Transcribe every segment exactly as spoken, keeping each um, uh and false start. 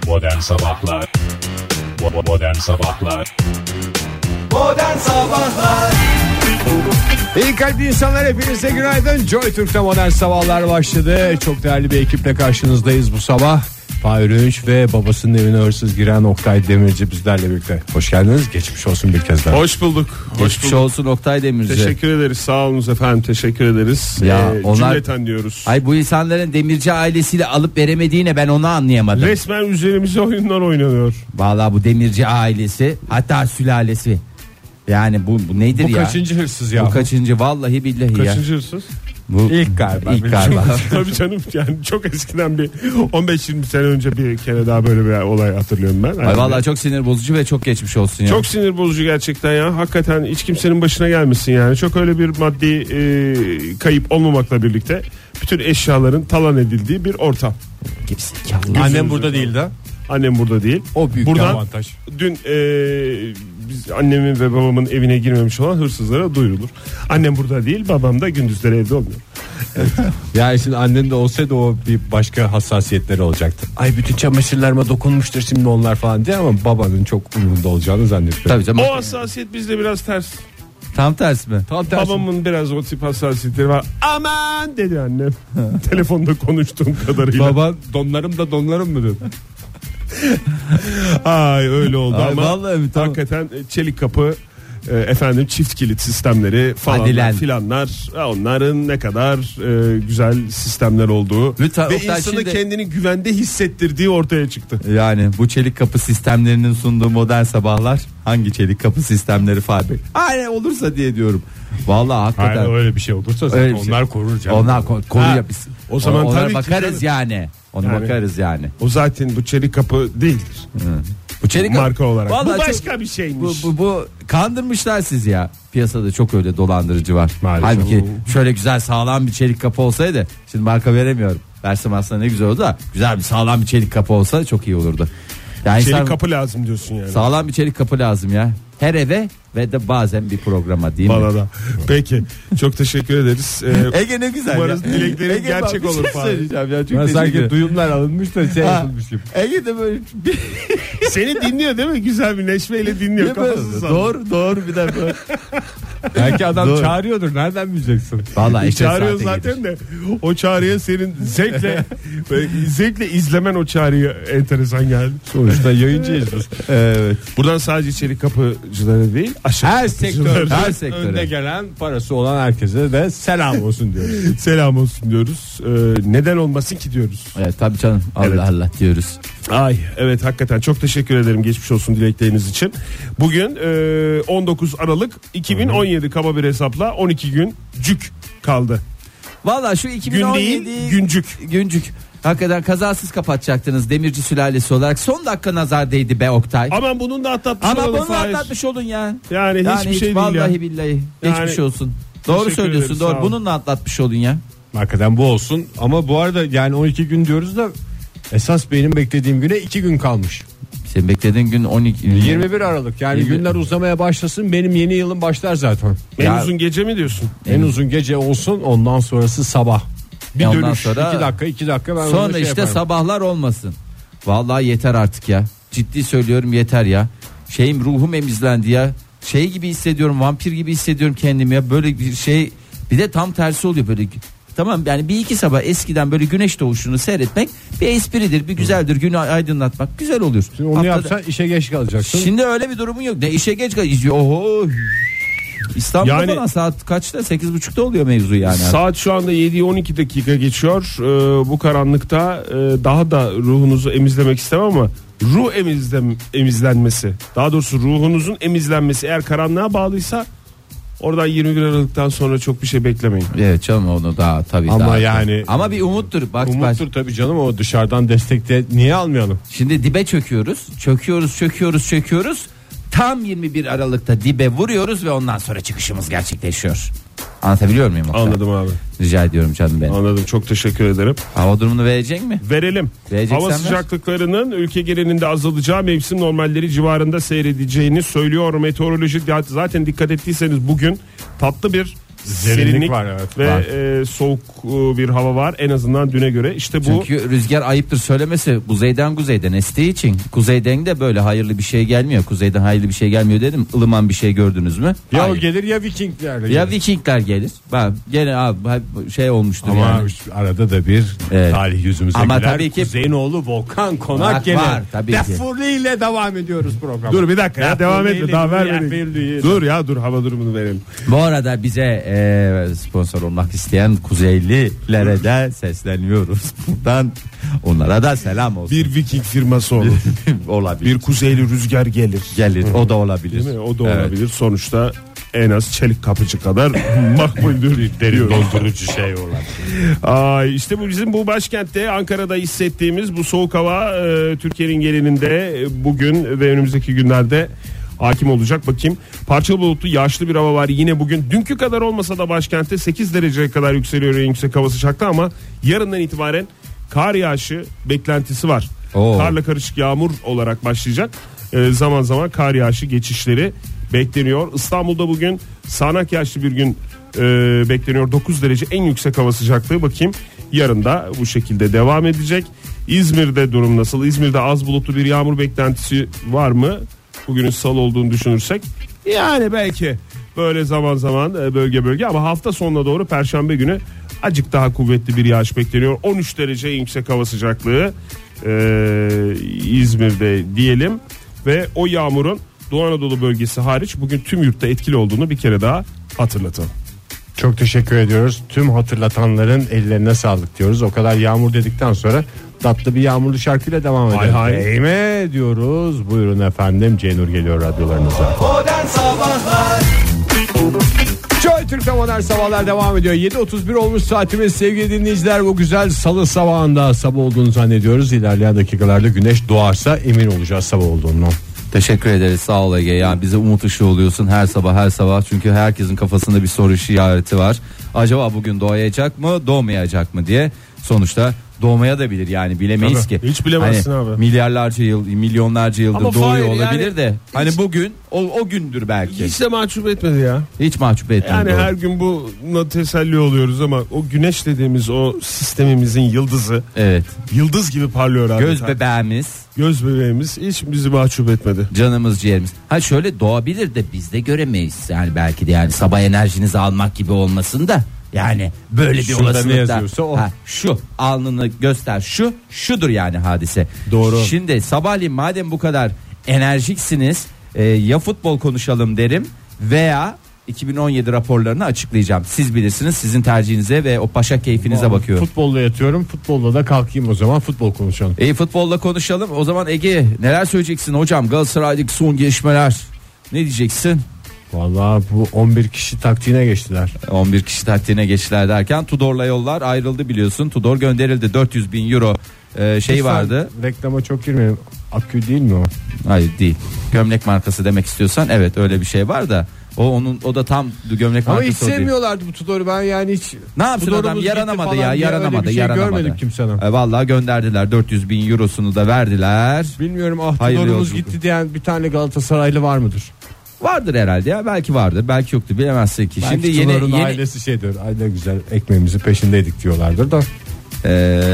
Modern Sabahlar Modern Sabahlar Modern Sabahlar İyi kalpli insanlar, hepinize günaydın. Joy Türk'te Modern Sabahlar başladı. Çok değerli bir ekiple karşınızdayız bu sabah. Fahir Öğünç ve babasının evine hırsız giren Oktay Demirci bizlerle birlikte. Hoş geldiniz. Geçmiş olsun bir kez daha. Hoş bulduk. Hoş Geçmiş bulduk. olsun Oktay Demirci. Teşekkür ederiz. Sağ olunuz efendim. Teşekkür ederiz. Ya ee, onlar- Cümleten diyoruz. Ay bu insanların Demirci ailesiyle alıp veremediğine ben onu anlayamadım. Resmen üzerimize oyunlar oynanıyor. Vallahi bu Demirci ailesi, hatta sülalesi. Yani bu, bu nedir Bu ya? kaçıncı hırsız ya? Bu kaçıncı vallahi billahi ya. Kaçıncı hırsız? Bu İlk galiba. İlk galiba. Tabii canım, yani çok eskiden bir on beş yirmi sene önce bir kere daha böyle bir olay hatırlıyorum ben. Ay Yani vallahi çok sinir bozucu ve çok geçmiş olsun ya. çok sinir bozucu gerçekten ya. Hakikaten hiç kimsenin başına gelmesin yani. Çok öyle bir maddi e, kayıp olmamakla birlikte bütün eşyaların talan edildiği bir ortam. Annem burada değil de. Annem burada değil. O büyük Buradan bir avantaj. dün e, biz annemin ve babamın evine girmemiş olan hırsızlara duyurulur. Annem burada değil, babam da gündüzleri evde olmuyor. Yani şimdi annen de olsaydı o bir başka hassasiyetleri olacaktı. Ay bütün çamaşırlarıma dokunmuştur şimdi onlar falan diye, ama babanın çok umurunda olacağını zannetmiyorum. Tabii canım. O hassasiyet bizde biraz ters. Tam tersi mi? Tam tersi. Babamın biraz o tip hassasiyetleri var. Aman dedi annem. Telefonda konuştuğum kadarıyla. Baba donlarım da donlarım mı dedi. Ay öyle oldu Ay, ama vallahi mi? Tamam. hakikaten çelik kapı, e, efendim çift kilit sistemleri Hadi falanlar lan. filanlar, onların ne kadar e, güzel sistemler olduğu Lütfen ve Oktay, insanı şimdi- kendini güvende hissettirdiği ortaya çıktı. Yani bu çelik kapı sistemlerinin sunduğu modern sabahlar hangi çelik kapı sistemleri Fahri? Aynen olursa diye diyorum. Vallahi hakikaten. Hayır, öyle bir şey olursa zaten Öyle bir şey. onlar korur canım. Onlar ko- koruyor Ha, biz. o zaman Onlara tabii ki bakarız canım. yani. Ona Yani- bakarız yani. O zaten bu çelik kapı değildir. Bu çelik Marka olarak. Vallahi Bu çok- başka bir şeymiş. Bu, bu, bu kandırmışlar siz ya. Piyasada çok öyle dolandırıcı var. Maalesef. Halbuki şöyle güzel sağlam bir çelik kapı olsaydı, şimdi marka veremiyorum. Versem aslında ne güzel oldu da, güzel bir sağlam bir çelik kapı olsa çok iyi olurdu. Yani Çelik insan- kapı lazım diyorsun yani. sağlam bir çelik kapı lazım ya. Her eve ve de bazen bir programa, değil mi? Bana da. Peki. Çok teşekkür ederiz. Ee, Ege ne güzel Umarız ya. dileklerin Ege, bak, gerçek bir olur şey falan. söyleyeceğim ya. Çok Ben teşekkür sanki ederim. duyumlar alınmış da şey Ha, yapılmış gibi. Ege de böyle bir, seni dinliyor değil mi? Güzel bir neşveyle dinliyor. Kafasını sallıyor. doğru doğru bir de böyle. Belki adam Doğru. çağırıyordur, nereden bileceksin? Vallahi işte Çağırıyor saate zaten gelir. de o çağrıya senin zevkle böyle zevkle izlemen o çağrıyı enteresan geldi. Sonuçta yayıncıyız biz. Evet. Buradan sadece çelik kapıcıları değil, aşağı Her kapıcıları sektör, da her her sektöre. önde gelen parası olan herkese de selam olsun diyoruz. selam olsun diyoruz. Ee, neden olmasın ki diyoruz. Evet tabii canım. Allah Evet. Allah diyoruz. Ay evet, hakikaten çok teşekkür ederim geçmiş olsun dilekleriniz için. Bugün e, on dokuz Aralık iki bin on yedi, kaba bir hesapla on iki gün cük kaldı. Valla şu Gün iki bin on yedi değil, güncük. güncük. Hakikaten kazasız kapatacaktınız Demirci sülalesi olarak. Son dakika nazar değdi be Oktay. Aman bunun da atlatmış Ama olalım bunu Fahir. atlatmış olun ya. Yani, Yani hiçbir hiç şey değil vallahi ya. billahi. Yani Geçmiş olsun. Doğru teşekkür söylüyorsun, ederim, doğru. sağ ol. Bununla atlatmış olun ya. Hakikaten bu olsun, ama bu arada yani on iki gün diyoruz da esas benim beklediğim güne iki gün kalmış. Senin beklediğin gün on iki. yirmi bir Aralık, yani yirmi günler uzamaya başlasın, benim yeni yılım başlar zaten. En Ya- uzun gece mi diyorsun? En uzun gece olsun, ondan sonrası sabah. Bir E ondan dönüş, sonra- iki dakika iki dakika ben Sonra ona şey işte yaparım. sabahlar olmasın. Vallahi yeter artık ya. Ciddi söylüyorum, yeter ya. Şeyim, ruhum emizlendi ya. Şey gibi hissediyorum, vampir gibi hissediyorum kendimi ya. Böyle bir şey, bir de tam tersi oluyor böyle. Tamam yani bir iki sabah eskiden böyle güneş doğuşunu seyretmek bir espridir, bir güzeldir, günü aydınlatmak güzel olur. Şimdi onu Haftada- yapsan işe geç kalacaksın. Şimdi öyle bir durumun yok. Ne işe geç kal. Oho. İstanbul'da Yani- falan saat kaçta? sekiz buçukta oluyor mevzu yani. Saat şu anda yediye on iki dakika geçiyor. Ee, bu karanlıkta e, daha da ruhunuzu emizlemek istemem ama ruh emizlem, emizlenmesi, daha doğrusu ruhunuzun emizlenmesi eğer karanlığa bağlıysa oradan yirmi bir Aralık'tan sonra çok bir şey beklemeyin. Evet canım, onu daha tabii. Ama daha- yani- ama bir umuttur. Bak, bak. Umuttur tabii canım, o dışarıdan destekte niye almayalım? Şimdi dibe çöküyoruz. Çöküyoruz, çöküyoruz, çöküyoruz. Tam yirmi bir Aralık'ta dibe vuruyoruz ve ondan sonra çıkışımız gerçekleşiyor. Anlatabiliyor muyum? Oktay? Anladım abi. Rica ediyorum canım benim. Anladım. Çok teşekkür ederim. Hava durumunu verecek mi? Verelim. Vereceksen Hava ver. sıcaklıklarının ülke genelinde azalacağı, mevsim normalleri civarında seyredeceğini söylüyor meteoroloji. Zaten dikkat ettiyseniz bugün tatlı bir Serinlik serinlik var, evet, ve var. e, soğuk e, bir hava var en azından düne göre. İşte bu Çünkü rüzgar ayıptır söylemesi kuzeyden kuzeyden estiği için kuzeyden de böyle hayırlı bir şey gelmiyor. Kuzeyden hayırlı bir şey gelmiyor dedim. Ilıman bir şey gördünüz mü? Ya Hayır. o gelir ya Vikingler. Ya Vikingler gelir. Bak gene abi şey olmuştur Ama yani. arada da bir Evet. talih yüzümüze Ama güler. tabii ki- Kuzeyin oğlu Volkan Konak Var, gelir. var, tabii ki. Defurli ile devam ediyoruz programa. dur bir dakika ya, devam Defurli etme ile daha bir vermedik. yerfirliği. Dur ya dur hava durumunu verelim. Bu arada bize e, sponsor olmak isteyen Kuzeylilere de sesleniyoruz. Buradan onlara da selam olsun. Bir Viking firması olur. olabilir. Bir kuzeyli rüzgar gelir. Gelir o da olabilir. Değil mi? O da Evet. olabilir. Sonuçta en az çelik kapıcı kadar makbuldür. Derin dondurucu şey olan. Ay işte bu bizim bu başkentte Ankara'da hissettiğimiz bu soğuk hava e, Türkiye'nin genelinde e, bugün ve önümüzdeki günlerde hakim olacak. Bakayım, parçalı bulutlu yağışlı bir hava var yine bugün. Dünkü kadar olmasa da başkentte sekiz dereceye kadar yükseliyor en yüksek hava sıcaklığı, ama yarından itibaren kar yağışı beklentisi var. Oo. Karla karışık yağmur olarak başlayacak. E, zaman zaman kar yağışı geçişleri bekleniyor. İstanbul'da bugün sağanak yağışlı bir gün e, bekleniyor. dokuz derece en yüksek hava sıcaklığı. Bakayım, yarın da bu şekilde devam edecek. İzmir'de durum nasıl? İzmir'de az bulutlu bir yağmur beklentisi var mı? Bugünün salı olduğunu düşünürsek yani belki böyle zaman zaman bölge bölge, ama hafta sonuna doğru Perşembe günü acık daha kuvvetli bir yağış bekleniyor. on üç derece en yüksek hava sıcaklığı ee, İzmir'de diyelim ve o yağmurun Doğu Anadolu bölgesi hariç bugün tüm yurtta etkili olduğunu bir kere daha hatırlatalım. Çok teşekkür ediyoruz. Tüm hatırlatanların ellerine sağlık diyoruz. O kadar yağmur dedikten sonra tatlı bir yağmurlu şarkıyla devam edelim. Hay hay. Değme diyoruz. Buyurun efendim. Cenur geliyor radyolarınıza. Modern Sabahlar. Joy Türk'te modern sabahlar devam ediyor. yedi otuz bir olmuş saatimiz sevgili dinleyiciler. Bu güzel salı sabahında sabah olduğunu zannediyoruz. İlerleyen dakikalarda güneş doğarsa emin olacağız sabah olduğundan. Teşekkür ederiz, sağ ol Ege. Yani bize umut ışığı oluyorsun her sabah her sabah. Çünkü herkesin kafasında bir soru işareti var. Acaba bugün doğacak mı doğmayacak mı diye. Sonuçta doğmaya da bilir yani, bilemeyiz Tabii, ki. hiç bilemezsin hani abi. Milyarlarca yıl, milyonlarca yıldır Ama doğuyor Fahir, olabilir yani de. Hani hiç- bugün o, o gündür belki. Hiç de mahcup etmedi ya. Hiç mahcup etmedi. Yani doğru. her gün buna teselli oluyoruz ama o güneş dediğimiz o sistemimizin yıldızı Evet. yıldız gibi parlıyor abi. Göz bebeğimiz, Göz bebeğimiz hiç bizi mahcup etmedi. canımız ciğerimiz. Ha şöyle doğabilir de biz de göremeyiz. Yani belki de yani sabah enerjinizi almak gibi olmasın da. Yani böyle bir Şurada ne olasılıkta. yazıyorsa o. Ha, şu alnını göster, şu şudur yani hadise. Doğru. Şimdi sabahleyin madem bu kadar enerjiksiniz, e, ya futbol konuşalım derim veya iki bin on yedi raporlarını açıklayacağım. Siz bilirsiniz, sizin tercihinize ve o paşa keyfinize bakıyorum. Futbolla yatıyorum. Futbolla da kalkayım o zaman. Futbol konuşalım. İyi, futbolla konuşalım. O zaman Ege, neler söyleyeceksin hocam? Galatasaray'daki son gelişmeler. Ne diyeceksin? Vallahi bu on bir kişi taktiğine geçtiler. on bir kişi taktiğine geçtiler derken Tudor'la yollar ayrıldı biliyorsun. Tudor gönderildi. dört yüz bin euro e, şey Lütfen vardı. Reklama çok girmeyelim. Akü değil mi o? Hayır değil. Gömlek markası demek istiyorsan evet, öyle bir şey var da. O onun o da tam gömlek Ama markası hiç o değil. sevmiyorlardı bu Tudor'u, ben yani hiç. Ne yapsın Tudor'umuz adam, gitti yaranamadı falan ya, diye yaranamadı, öyle bir şey yaranamadı. görmedim kimseden. E, vallahi gönderdiler, dört yüz bin eurosunu da verdiler. Bilmiyorum, ah Hayırlı Tudor'umuz yolculuk. gitti diyen bir tane Galatasaraylı var mıdır? Vardır herhalde ya, belki vardır, belki yoktur, bilemezsin ki. Belki Şimdi yeni, Tudor'un yeni ailesi şey diyor. Ay ne güzel ekmeğimizi peşindeydik diyorlardır da. Ee,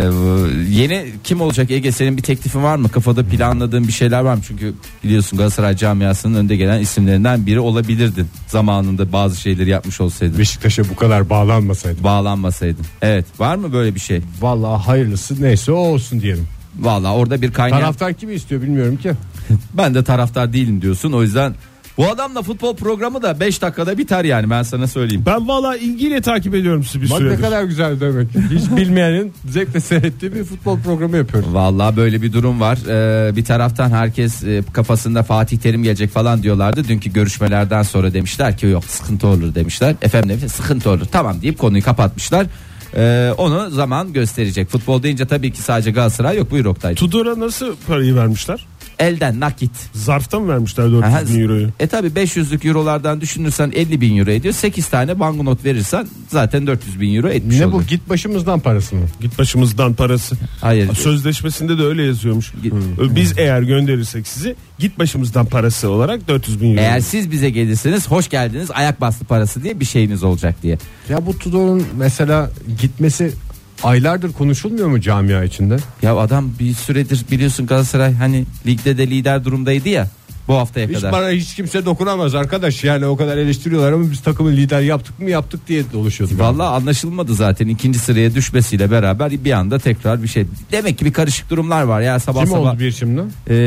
yeni kim olacak Ege, senin bir teklifin var mı? Kafada planladığın bir şeyler var mı? Çünkü biliyorsun Galatasaray camiasının önde gelen isimlerinden biri olabilirdin. Zamanında bazı şeyleri yapmış olsaydın. Beşiktaş'a bu kadar bağlanmasaydı. Bağlanmasaydın. Evet, var mı böyle bir şey? Vallahi hayırlısı neyse o olsun diyelim. Vallahi orada bir kaynağı. Taraftar kimi istiyor bilmiyorum ki. Ben de taraftar değilim diyorsun, o yüzden bu adamla futbol programı da beş dakikada biter yani, ben sana söyleyeyim. Ben valla ilgiyle takip ediyorum sizi bir Bak süredir. ne kadar güzel demek. Hiç bilmeyenin zevkle seyrettiği bir futbol programı yapıyorum. Vallahi böyle bir durum var. Ee, bir taraftan herkes e, kafasında Fatih Terim gelecek falan diyorlardı. Dünkü görüşmelerden sonra demişler ki yok, sıkıntı olur demişler. Efendim demişler, sıkıntı olur. Tamam deyip konuyu kapatmışlar. Ee, onu zaman gösterecek. Futbol deyince tabii ki sadece Galatasaray yok. Buyur Oktay. Tudor'a nasıl parayı vermişler? Elden nakit. Zarfta mı vermişler dört yüz bin euroyu? E tabi beş yüzlük eurolardan düşünürsen elli bin euro ediyor. sekiz tane banknot verirsen zaten dört yüz bin euro etmiş Ne olur. bu, git başımızdan parası mı? Git başımızdan parası. Hayır. Sözleşmesinde de öyle yazıyormuş. Hmm. Biz eğer gönderirsek sizi git başımızdan parası olarak dört yüz bin euro. Eğer siz bize gelirseniz hoş geldiniz ayak bastı parası diye bir şeyiniz olacak diye. Ya bu Tudor'un mesela gitmesi aylardır konuşulmuyor mu camia içinde? Ya adam bir süredir biliyorsun Galatasaray hani ligde de lider durumdaydı ya bu haftaya Hiç kadar. bana hiç kimse dokunamaz arkadaş, yani o kadar eleştiriyorlar ama biz takımı lider yaptık mı yaptık diye dolaşıyorduk. Vallahi anlaşılmadı zaten ikinci sıraya düşmesiyle beraber bir anda tekrar bir şey. Demek ki bir karışık durumlar var ya sabah Kim sabah. oldu bir şimdi?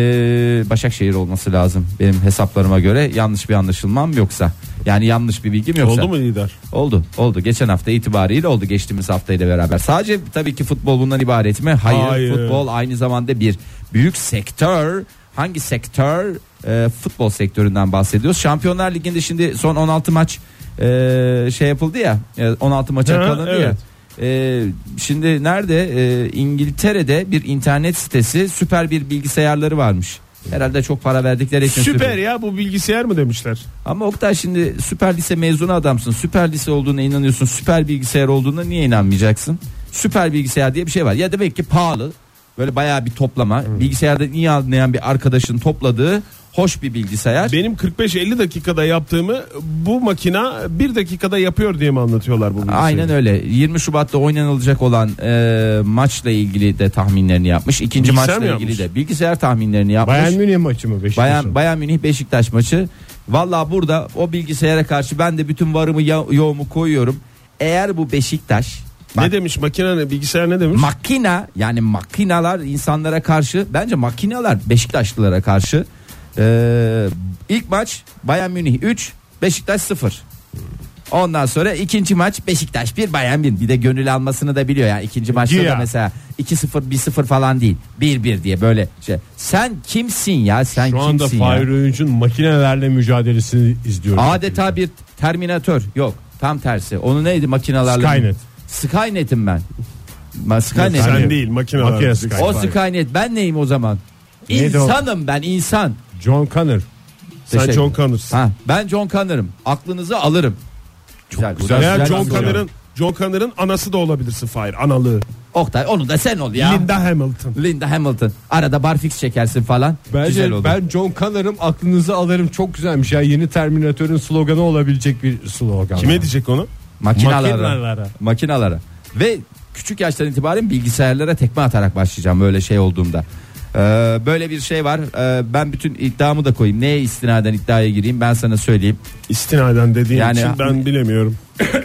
Ee, Başakşehir olması lazım benim hesaplarıma göre, yanlış bir anlaşılmam yoksa. Yani yanlış bir bilgim yoksa. Oldu mu lider? Oldu. Oldu. Geçen hafta itibariyle oldu, geçtiğimiz haftayla beraber. Sadece tabii ki futbol bundan ibaret mi? Hayır. Hayır. Futbol aynı zamanda bir büyük sektör. Hangi sektör? Ee, futbol sektöründen bahsediyoruz. Şampiyonlar Ligi'nde şimdi son on altı maç e, şey yapıldı ya. on altı maça Ha, kalındı evet. ya. Ee, şimdi nerede? Ee, İngiltere'de bir internet sitesi süper bir bilgisayarları varmış. Herhalde çok para verdikleri için Süper ya, bu bilgisayar mı demişler? ama Oktay şimdi süper lise mezunu adamsın. Süper lise olduğuna inanıyorsun. Süper bilgisayar olduğuna niye inanmayacaksın? Süper bilgisayar diye bir şey var. Ya demek ki pahalı. Böyle bayağı bir toplama. Hmm. Bilgisayardan iyi anlayan bir arkadaşın topladığı hoş bir bilgisayar. Benim kırk beş elli dakikada yaptığımı bu makina bir dakikada yapıyor diye mi anlatıyorlar bu bilgisayarı? Aynen öyle. yirmi Şubat'ta oynanılacak olan e, maçla ilgili de tahminlerini yapmış. İkinci Bilgisayar maçla mı ilgili yapmış? de bilgisayar tahminlerini yapmış. Bayern Münih maçı mı Beşiktaş'ın? Bayern, Bayern Münih Beşiktaş maçı. Vallahi burada o bilgisayara karşı ben de bütün varımı yoğumu koyuyorum. Eğer bu Beşiktaş Ne bak, demiş makine, ne bilgisayar ne demiş? makina yani makinalar insanlara karşı, bence makineler Beşiktaşlılara karşı. Ee, ilk maç Bayern Münih üç Beşiktaş sıfır. Ondan sonra ikinci maç Beşiktaş bir Bayern bir. Bir de gönül almasını da biliyor yani ikinci maçta da mesela iki sıfır bir sıfır falan değil. bir bir diye böyle şey. Sen kimsin ya? Sen Şu anda kimsin ya? Fahir Öğünç'ün makinelerle mücadelesini izliyoruz. Adeta bir Terminator. Yok, tam tersi. Onu neydi makinalarla? Skynet. Skynet'im ben. Ben Skynet. Sen değil, makineler. Makine Skynet. O Skynet, ben neyim o zaman? Neydi o? İnsanım ben, insan. John Connor. Sen Teşekkür- John Connor'sın. Ha, ben John Connor'ım. Aklınızı alırım. Güzel, güzel. Eğer güzel John anlatıyor. Connor'ın John Connor'ın anası da olabilirsin Fahir, analığı. Oktay, onu da sen ol ya. Linda Hamilton. Linda Hamilton. Arada barfix çekersin falan. Bence Güzel olur. ben John Connor'ım, aklınızı alırım, çok güzelmiş ya. Yeni Terminator'ın sloganı olabilecek bir slogan. Kime diyecek onu? Makinalara. Makinalara. Makinalara. Ve küçük yaştan itibaren bilgisayarlara tekme atarak başlayacağım böyle şey olduğumda. Ee, böyle bir şey var. Ee, ben bütün iddiamı da koyayım. Neye istinaden iddiaya gireyim ben sana söyleyeyim. İstinaden dediğin Yani- için ben bilemiyorum.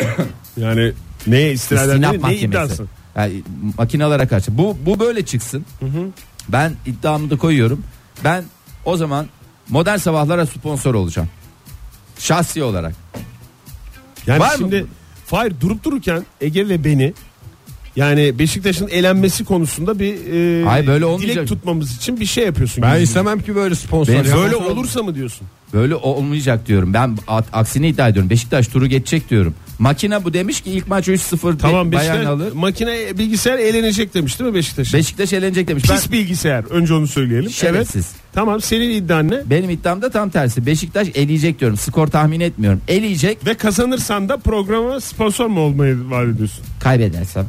Yani neye istinaden İstinaf değil, ne mahkemesi. iddiasın? Yani makinalara karşı. Bu bu böyle çıksın. Ben iddiamı da koyuyorum. Ben o zaman Modern Sabahlara sponsor olacağım. Şahsi olarak. Yani Var mı şimdi Fahir durup dururken Ege ve beni, yani Beşiktaş'ın elenmesi konusunda bir e, Ay, böyle dilek olmayacak. tutmamız için bir şey yapıyorsun. Ben gibi. istemem ki böyle sponsor. Ben- ya. Böyle Sponsor- olursa mı diyorsun? Böyle olmayacak diyorum. Ben a- aksini iddia ediyorum. Beşiktaş turu geçecek diyorum. Makine bu demiş ki ilk maç üç sıfır Tamam, Bayern Beşiktaş alır. makine bilgisayar eğlenecek demiş değil mi Beşiktaş? Beşiktaş elenecek demiş. Pis Ben, bilgisayar, önce onu söyleyelim. şerefsiz. Evet. Tamam, senin iddian ne? Benim iddiam da tam tersi. Beşiktaş eleyecek diyorum. Skor tahmin etmiyorum. Eleyecek, Ve kazanırsan da programa sponsor mu olmayı vaat ediyorsun? kaybedersem.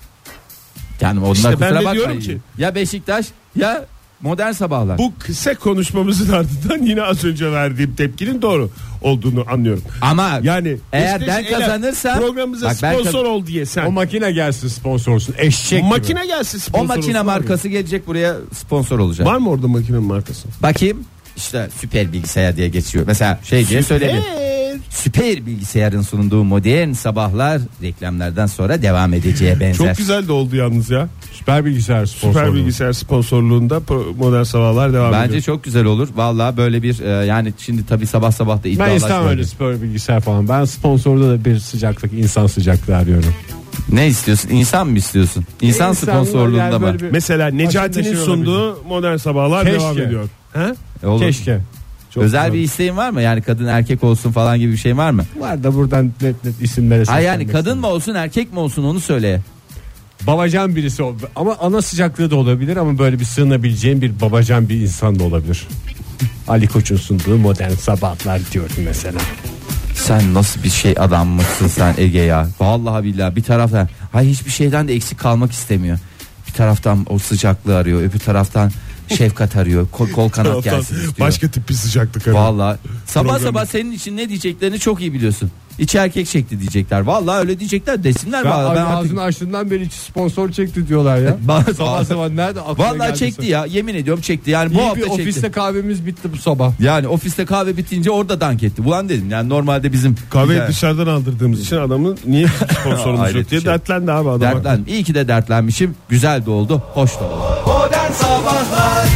Yani ondan İşte ben kusura de bakmayın. diyorum ki- Ya Beşiktaş ya Modern Sabahlar. Bu kısa konuşmamızın ardından yine az önce verdiğim tepkinin doğru olduğunu anlıyorum. Ama Yani eğer Beşiktaş ben eğer kazanırsam programımıza Bak ben sponsor kaz- ol diye sen O makine gelsin sponsor olsun. Eşek gibi. makine gelsin sponsor o makine olsun. markası gelecek buraya sponsor olacak. Var mı orada makinenin markası? Bakayım. İşte süper bilgisayar diye geçiyor. Mesela şey diye söyleyeyim. Süper bilgisayarın sunduğu modern sabahlar reklamlardan sonra devam edeceğe benzer. Çok güzel de oldu yalnız ya. Süper bilgisayar sponsor. Süper bilgisayar sponsorluğunda pro- modern sabahlar devam Bence ediyor. çok güzel olur. Vallahi böyle bir e, yani şimdi tabii sabah sabah da Ben iddialaşma. istemem öyle süper bilgisayar falan. Ben sponsorda da bir sıcaklık, insan sıcaklığı arıyorum. Ne istiyorsun? İnsan mı istiyorsun? İnsan İnsanlar sponsorluğunda yani mı? böyle bir- Mesela Necati'nin Başka bir şey sunduğu modern sabahlar Keşke. devam ediyor. He? E, olur. Keşke. Çok Özel güzel. bir isteğin var mı? Yani kadın erkek olsun falan gibi bir şey var mı? Var da buradan net net isimlere Ha yani seslenmek kadın istedim. mı olsun erkek mi olsun onu söyle. babacan birisi ol. Ama ana sıcaklığı da olabilir ama böyle bir sığınabileceğin bir babacan bir insan da olabilir. Ali Koç'un sunduğu Modern Sabahlar diyorum mesela. Sen nasıl bir şey adam mısın sen Ege ya? Vallahi billahi bir taraftan hay hiçbir şeyden de eksik kalmak istemiyor. Bir taraftan o sıcaklığı arıyor, öbür taraftan şefkat arıyor. Kol, kol kanat gelsin istiyor. Başka tip bir sıcaklık arıyor. Vallahi sabah Program- sabah senin için ne diyeceklerini çok iyi biliyorsun. İçi erkek çekti diyecekler. Vallahi öyle diyecekler desinler. Ben, Vallahi ben ağzını artık... açtığından beri içi sponsor çekti diyorlar ya. Sabah sabah nerede aklına Vallahi geldiyse. çekti ya, yemin ediyorum çekti. Yani İyi bu hafta bir çekti. ofiste kahvemiz bitti bu sabah. Yani ofiste kahve bitince orada dank etti. Ulan dedim yani normalde bizim Kahveyi yani, dışarıdan aldırdığımız için adamın niye sponsorumuz Hayret yok diye bir şey. dertlendi abi adam. dertlen. İyi ki de dertlenmişim. Güzel de oldu. Hoş da oldu. Modern Sabahlar.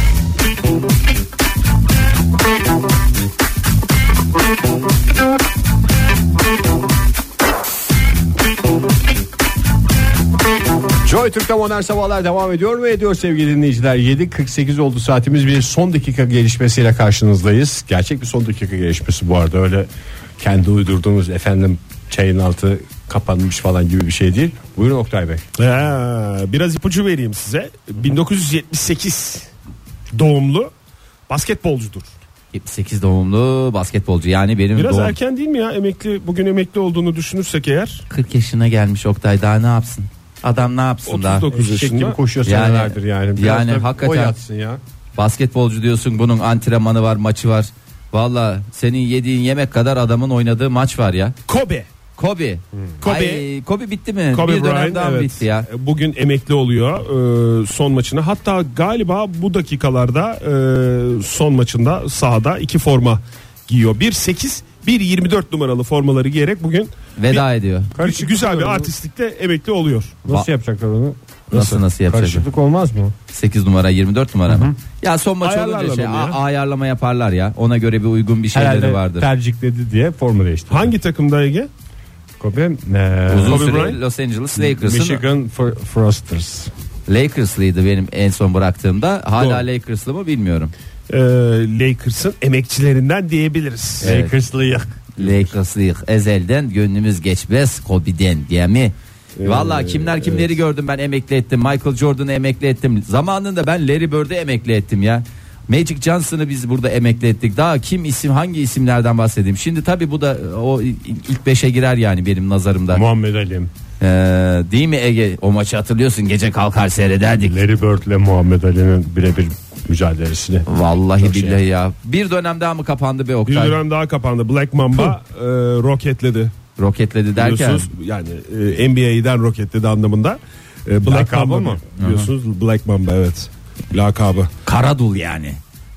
Joy Türk'te Modern Sabahlar devam ediyor ve ediyor sevgili dinleyiciler. yedi kırk sekiz oldu saatimiz, bir son dakika gelişmesiyle karşınızdayız. Gerçek bir son dakika gelişmesi bu arada, öyle kendi uydurduğumuz efendim çayın altı kapanmış falan gibi bir şey değil. Buyurun Oktay Bey. Ha, biraz ipucu vereyim size. bin dokuz yüz yetmiş sekiz doğumlu basketbolcudur. yetmiş sekiz doğumlu basketbolcu, yani benim Biraz doğum... erken değil mi ya, emekli, bugün emekli olduğunu düşünürsek eğer. kırk yaşına gelmiş Oktay, daha ne yapsın? Adam ne yapsın daha? otuz dokuz Eşek gibi yaşında. koşuyor Yani- senelerdir yani. Biraz yani da hakikaten- o yatsın ya. Basketbolcu diyorsun, bunun antrenmanı var, maçı var. Valla senin yediğin yemek kadar adamın oynadığı maç var ya. Kobe. Kobe. Kobe. Ay, Kobe bitti mi? Kobe bir dönem Bryant, daha evet. bitti ya. Bugün emekli oluyor e, son maçına. Hatta galiba bu dakikalarda e, son maçında sahada iki forma giyiyor. Bir sekiz, bir yirmi dört numaralı formaları giyerek bugün Veda ediyor. bir, güzel bir artistlikle emekli oluyor. Nasıl Va- yapacaklar onu? Nasıl nasıl yapacak? Karışıklık olmaz mı? sekiz numara yirmi dört numara mı? Ya son maç olunca Ayarlarlar şey onu ya. a- ayarlama yaparlar ya. Ona göre bir uygun bir şeyleri Herhalde vardır. tercihledi diye formu değiştirdi. Hangi takımda Ege? Kobe? Ee, Uzun Kobe süre Bryant? Los Angeles Lakers'ın Michigan Fr- Frosters. Lakers'lıydı benim en son bıraktığımda. Hala Doğru. Lakers'lı mı bilmiyorum. E, Lakers'ın emekçilerinden diyebiliriz. Evet. Lakers'lıyık. Lakers'lıyık. Ezelden gönlümüz geçmez Kobe'den diye mi? Vallahi kimler kimleri gördüm, ben emekli ettim. Michael Jordan'ı emekli ettim. Zamanında ben Larry Bird'ü emekli ettim ya. Magic Johnson'ı biz burada emekli ettik. Daha kim isim, hangi isimlerden bahsedeyim? Şimdi tabii bu da o ilk beşe girer yani benim nazarımda. Muhammed Ali. Ee, değil mi Ege? O maçı hatırlıyorsun, gece kalkar seyrederdik. Larry Bird ile Muhammed Ali'nin birebir mücadelesini. Vallahi Çok şey. billahi ya. Bir dönem daha mı kapandı be Bir Oktay? dönem daha kapandı. Black Mamba e, roketledi. Roketledi derken. Biliyorsunuz yani e, N B A'den roketledi anlamında. E, Black Lakabı Mamba mı? biliyorsunuz, Black Mamba, evet. Lakabı. Karadul yani.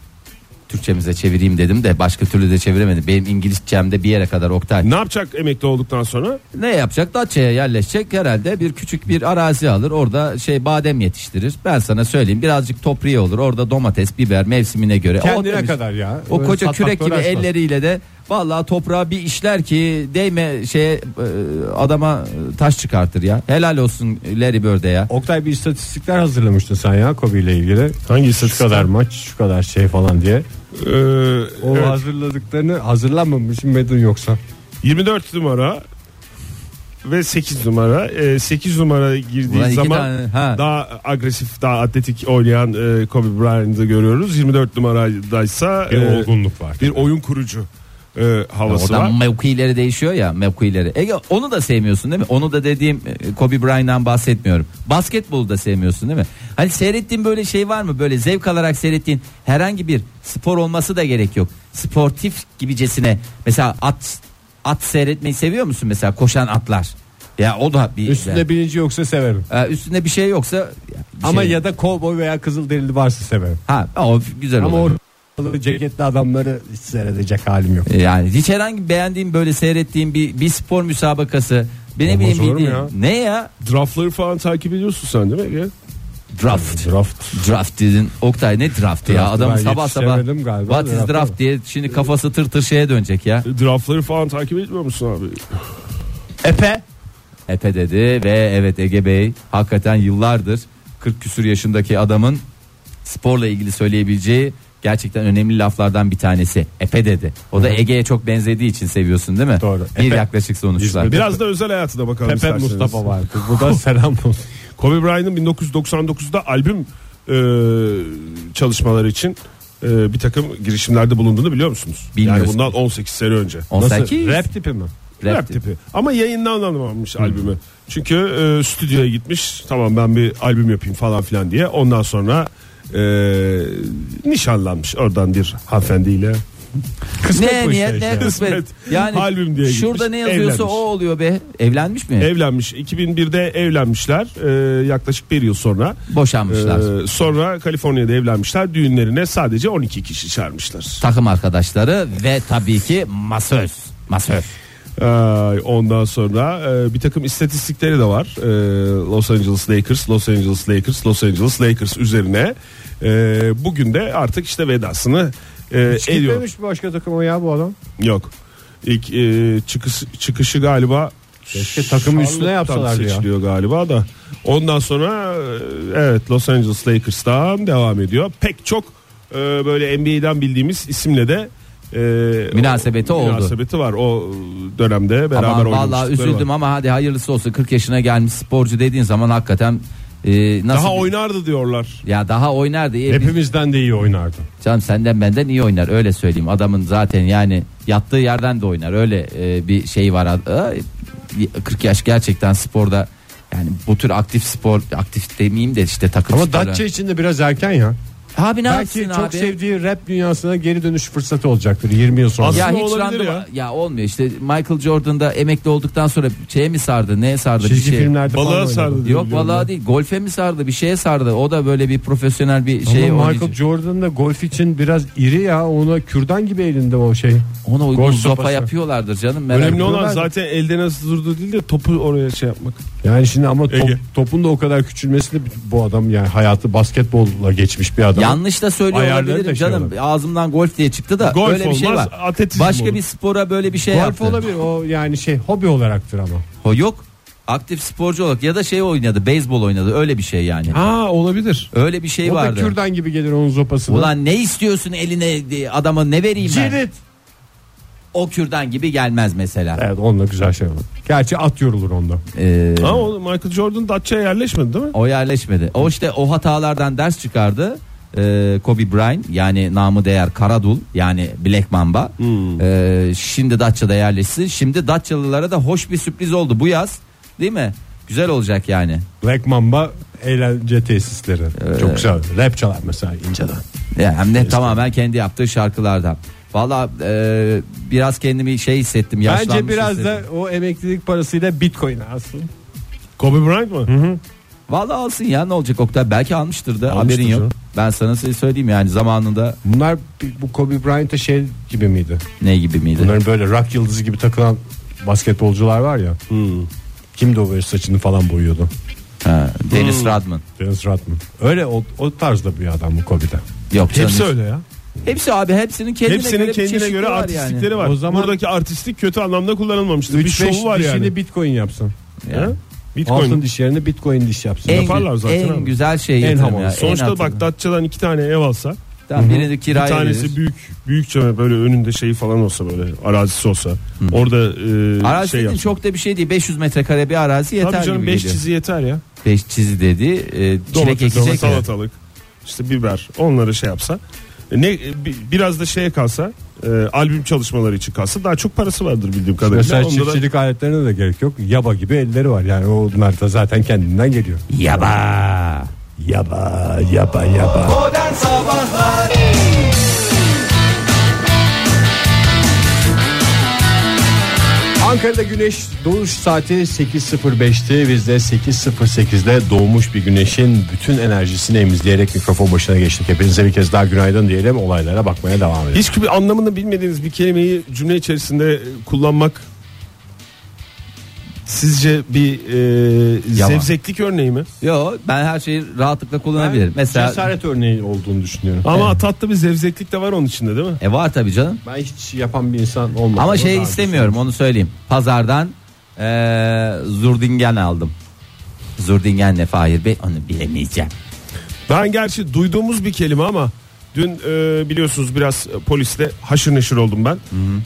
Türkçemize çevireyim dedim de başka türlü de çeviremedim. Benim İngilizcemde bir yere kadar Oktay. Ne yapacak emekli olduktan sonra? Ne yapacak? Datça'ya yerleşecek herhalde, bir küçük bir arazi alır, orada şey badem yetiştirir. Ben sana söyleyeyim, birazcık toprağı olur orada, domates, biber mevsimine göre. O Kendine demiş, kadar ya. O Böyle koca satmakla kürek gibi uğraşmaz. elleriyle de vallahi toprağa bir işler ki değme şeye, e, adama taş çıkartır ya. Helal olsun Larry Bird'e ya. Oktay, bir istatistikler hazırlamıştın sen ya Kobe ile ilgili. Hangi Şu istatistikler? kadar maç, şu kadar şey falan diye. Ee, O evet. hazırladıklarını hazırlanmamış mıydın yoksa? yirmi dört numara ve sekiz numara. Ee, sekiz numara girdiği Ulan iki zaman tane, ha. daha agresif, daha atletik oynayan e, Kobe Bryant'ı görüyoruz. yirmi dört numaradaysa Bir e, olgunluk var. bir oyun kurucu e, havası Oradan var. mevkileri değişiyor ya, mevkileri. Ege, onu da sevmiyorsun değil mi? Onu da dediğim e, Kobe Bryant'dan bahsetmiyorum. Basketbolu da sevmiyorsun değil mi? Hani seyrettiğin böyle şey var mı? Böyle zevk alarak seyrettiğin herhangi bir spor olması da gerek yok. Sportif gibicesine mesela at at seyretmeyi seviyor musun mesela, koşan atlar? Ya o da bir Üstünde bilinci yoksa severim. Ee, üstünde bir şey yoksa bir Ama şey- ya da kovboy veya kızılderili varsa severim. ha o güzel Ama olur. o ceketli adamları hiç seyredecek halim yok. Yani hiç herhangi beğendiğim, böyle seyrettiğim bir bir spor müsabakası. Ben ne Olmaz bileyim olur mu bildiğin- ya? Ne ya? Draftları falan takip ediyorsun sen değil mi Ege? Draft. Draft. Draft dedin. Oktay ne draftı ya? Draft'ı Adam ben sabah sabah yetişemedim galiba, what is draft'ı. draft diye şimdi kafası tır tır şeye dönecek ya. Draftları falan takip etmiyor musun abi? Epe. Epe dedi ve evet Ege Bey hakikaten yıllardır kırk küsür yaşındaki adamın sporla ilgili söyleyebileceği gerçekten önemli laflardan bir tanesi. Epe dedi. O da Ege'ye çok benzediği için seviyorsun değil mi? Doğru. Bir Epe. yaklaşık sonuçlar. İzmir'de- Biraz da özel hayatına bakalım Pepe isterseniz. Mustafa vardı. Buradan selam olsun. Kobe Bryant'ın bin dokuz yüz doksan dokuzda albüm e, çalışmaları için e, bir takım girişimlerde bulunduğunu biliyor musunuz? Bilmiyorsun. Yani bundan on sekiz sene önce. on sekiz Nasıl? Rap tipi mi? Rap, Rap tipi. tipi. Ama yayınlanamamış albümü. Çünkü e, stüdyoya gitmiş. Tamam ben bir albüm yapayım falan filan diye. Ondan sonra e, nişanlanmış oradan bir hanımefendiyle. Kısmet Ne bu işte niyet işte ne ya. kısmet. Kısmet. Yani Albüm diye şurada gitmiş, ne yazıyorsa evlenmiş. o oluyor be. Evlenmiş mi? Evlenmiş. iki bin birde evlenmişler. E, yaklaşık bir yıl sonra. Boşanmışlar. E, sonra Kaliforniya'da evlenmişler. Düğünlerine sadece on iki kişi çağırmışlar. Takım arkadaşları ve tabii ki masöz. Masöz. Ee, ondan sonra e, bir takım istatistikleri de var. Ee, Los Angeles Lakers, Los Angeles Lakers, Los Angeles Lakers üzerine. Ee, bugün de artık işte vedasını e, Hiç ediyor. gitmemiş bir başka takıma ya bu adam. Yok. İlk e, çıkış, çıkışı galiba Keşke takımı üstüne Charlotte'tan yapsalardı ya. seçiliyor galiba da. Ondan sonra e, evet Los Angeles Lakers'tan devam ediyor. Pek çok e, böyle N B A'den bildiğimiz isimle de e, Münasebeti o, oldu. Münasebeti var o dönemde beraber Ama vallahi oynamıştıkları üzüldüm var. ama hadi hayırlısı olsun. kırk yaşına gelmiş sporcu dediğin zaman hakikaten e, nasıl Daha bir- oynardı diyorlar. ya daha oynardı. E, biz- Hepimizden de iyi oynardı. Canım senden benden iyi oynar öyle söyleyeyim. Adamın zaten yani yattığı yerden de oynar. Öyle e, bir şey var. Aa, kırk yaş gerçekten sporda yani bu tür aktif spor aktif demeyeyim de işte takım Ama sporları. Datça için de biraz erken ya. Abi ne Belki yapsın çok abi? sevdiği rap dünyasına geri dönüş fırsatı olacaktır yirmi yıl sonra. Ya Aslında hiç olabilir randıman ya. ya. olmuyor işte Michael Jordan'da emekli olduktan sonra şeye mi sardı neye sardı Çizgi bir şey. filmlerde Balığa falan oynadı. sardı diye Yok biliyorum vallahi ben. değil golfe mi sardı bir şeye sardı o da böyle bir profesyonel bir Ama şey Michael oynayacak. Jordan da golf için biraz iri ya. Ona kürdan gibi elinde o şey. Ona uygun golf zopa sopası. yapıyorlardır canım. merak Önemli etme. olan ben- zaten elde nasıl durduğu değil de topu oraya şey yapmak. Yani şimdi ama top, Ege. topun da o kadar küçülmesini bu adam yani hayatı basketbolla geçmiş bir adam. Yanlış da söylüyor Ayarları olabilirim da şey canım. olabilir. Ağzımdan golf diye çıktı da Golf öyle bir şey olmaz, var. atletizm Başka olur. bir spora böyle bir şey Golf yaptı. olabilir o yani şey hobi olaraktır ama. O yok. Aktif sporcu olarak ya da şey oynadı, beyzbol oynadı. Öyle bir şey yani. Ha olabilir. Öyle bir şey o da vardı. kürdan gibi gelir onun zopasına. Ulan ne istiyorsun eline adama ne vereyim ben? Cirit. O kürdan gibi gelmez mesela. Evet onunla güzel şey olur. Gerçi at yorulur onda. Ee, Ha o Michael Jordan Datça'ya yerleşmedi değil mi? o yerleşmedi. O işte o hatalardan ders çıkardı. Ee, Kobe Bryant yani namı değer Karadul yani Black Mamba. Hmm. Ee, şimdi Datça'da yerleşsin. Şimdi Datçalılara da hoş bir sürpriz oldu bu yaz. Değil mi? Güzel olacak yani. Black Mamba eğlence tesisleri. Çok güzel. Rap çalar mesela inceden. Ya hem de tamamen kendi yaptığı şarkılardan. Valla e, biraz kendimi şey hissettim. Yaşlanmış Bence biraz hissettim. da o emeklilik parasıyla Bitcoin alsın. Kobe Bryant mı? Valla alsın ya ne olacak Oktay belki almıştır da Almıştır haberin yok. canım. Ben sana söyleyeyim yani zamanında Bunlar bu Kobe Bryant'a şey gibi miydi? ne gibi miydi? Bunların böyle rock yıldızı gibi takılan basketbolcular var ya. Hmm. Kimdi o böyle saçını falan boyuyordu? Ha, Dennis Hmm. Rodman. Dennis Rodman. Öyle o, o tarzda bir adam bu Kobe'de. Yok canım. Hepsi öyle ya. Hepsi abi hepsinin kendine Hepsinin göre bir kendine çeşitli göre var artistlikleri yani. var. O zaman- Buradaki artistlik kötü anlamda kullanılmamıştır. Bir üç beş şovu var dişini yani. Bitcoin yapsın. Yani. Ha? Altın Bitcoin. diş yerine Bitcoin diş yapsın. En, yaparlar zaten en abi. güzel şey En yatırım havalı. ya. Sonuçta en bak Datça'dan iki tane ev alsa, Tamam, birini bir kiraya tanesi verir. büyük büyükçe böyle önünde şeyi falan olsa böyle arazisi olsa, orada e, Arazi şey dediğin yapsa. çok da bir şey değil. beş yüz metrekare bir arazi yeter Tabii canım gibi beş geliyor. çizi yeter ya. beş çizi dedi. E, çilek Domates, ekecek. salatalık, işte biber, onları şey yapsa. E, Ne bi- biraz da şeye kalsa, e, albüm çalışmaları için kalsa daha çok parası vardır bildiğim kadarıyla. Mesela Onda da- çiftçilik aletlerine de gerek yok. Yaba gibi elleri var yani onlar da zaten kendinden geliyor. Yaba. Yaba yaba yaba. Modern Sabahlar Ankara'da güneş doğuş saati sekiz sıfır beşti. Biz de sekiz sıfır sekizde doğmuş bir güneşin bütün enerjisini emizleyerek mikrofon başına geçtik. Hepinize bir kez daha günaydın diyelim, olaylara bakmaya devam edelim. hiçbir anlamını bilmediğiniz bir kelimeyi cümle içerisinde kullanmak sizce bir e, Yalan. zevzeklik örneği mi? Yo ben her şeyi rahatlıkla kullanabilirim. Mesela Cesaret örneği olduğunu düşünüyorum. Ama tatlı bir zevzeklik de var onun içinde değil mi? e var tabii canım. Ben hiç yapan bir insan olmadım. Ama Daha şey önce istemiyorum onu söyleyeyim. Pazardan eee zurdingen aldım. Zurdingen ne Fahir Bey onu bilemeyeceğim. Ben gerçi duyduğumuz bir kelime ama Dün e, biliyorsunuz biraz polisle haşır neşir oldum ben.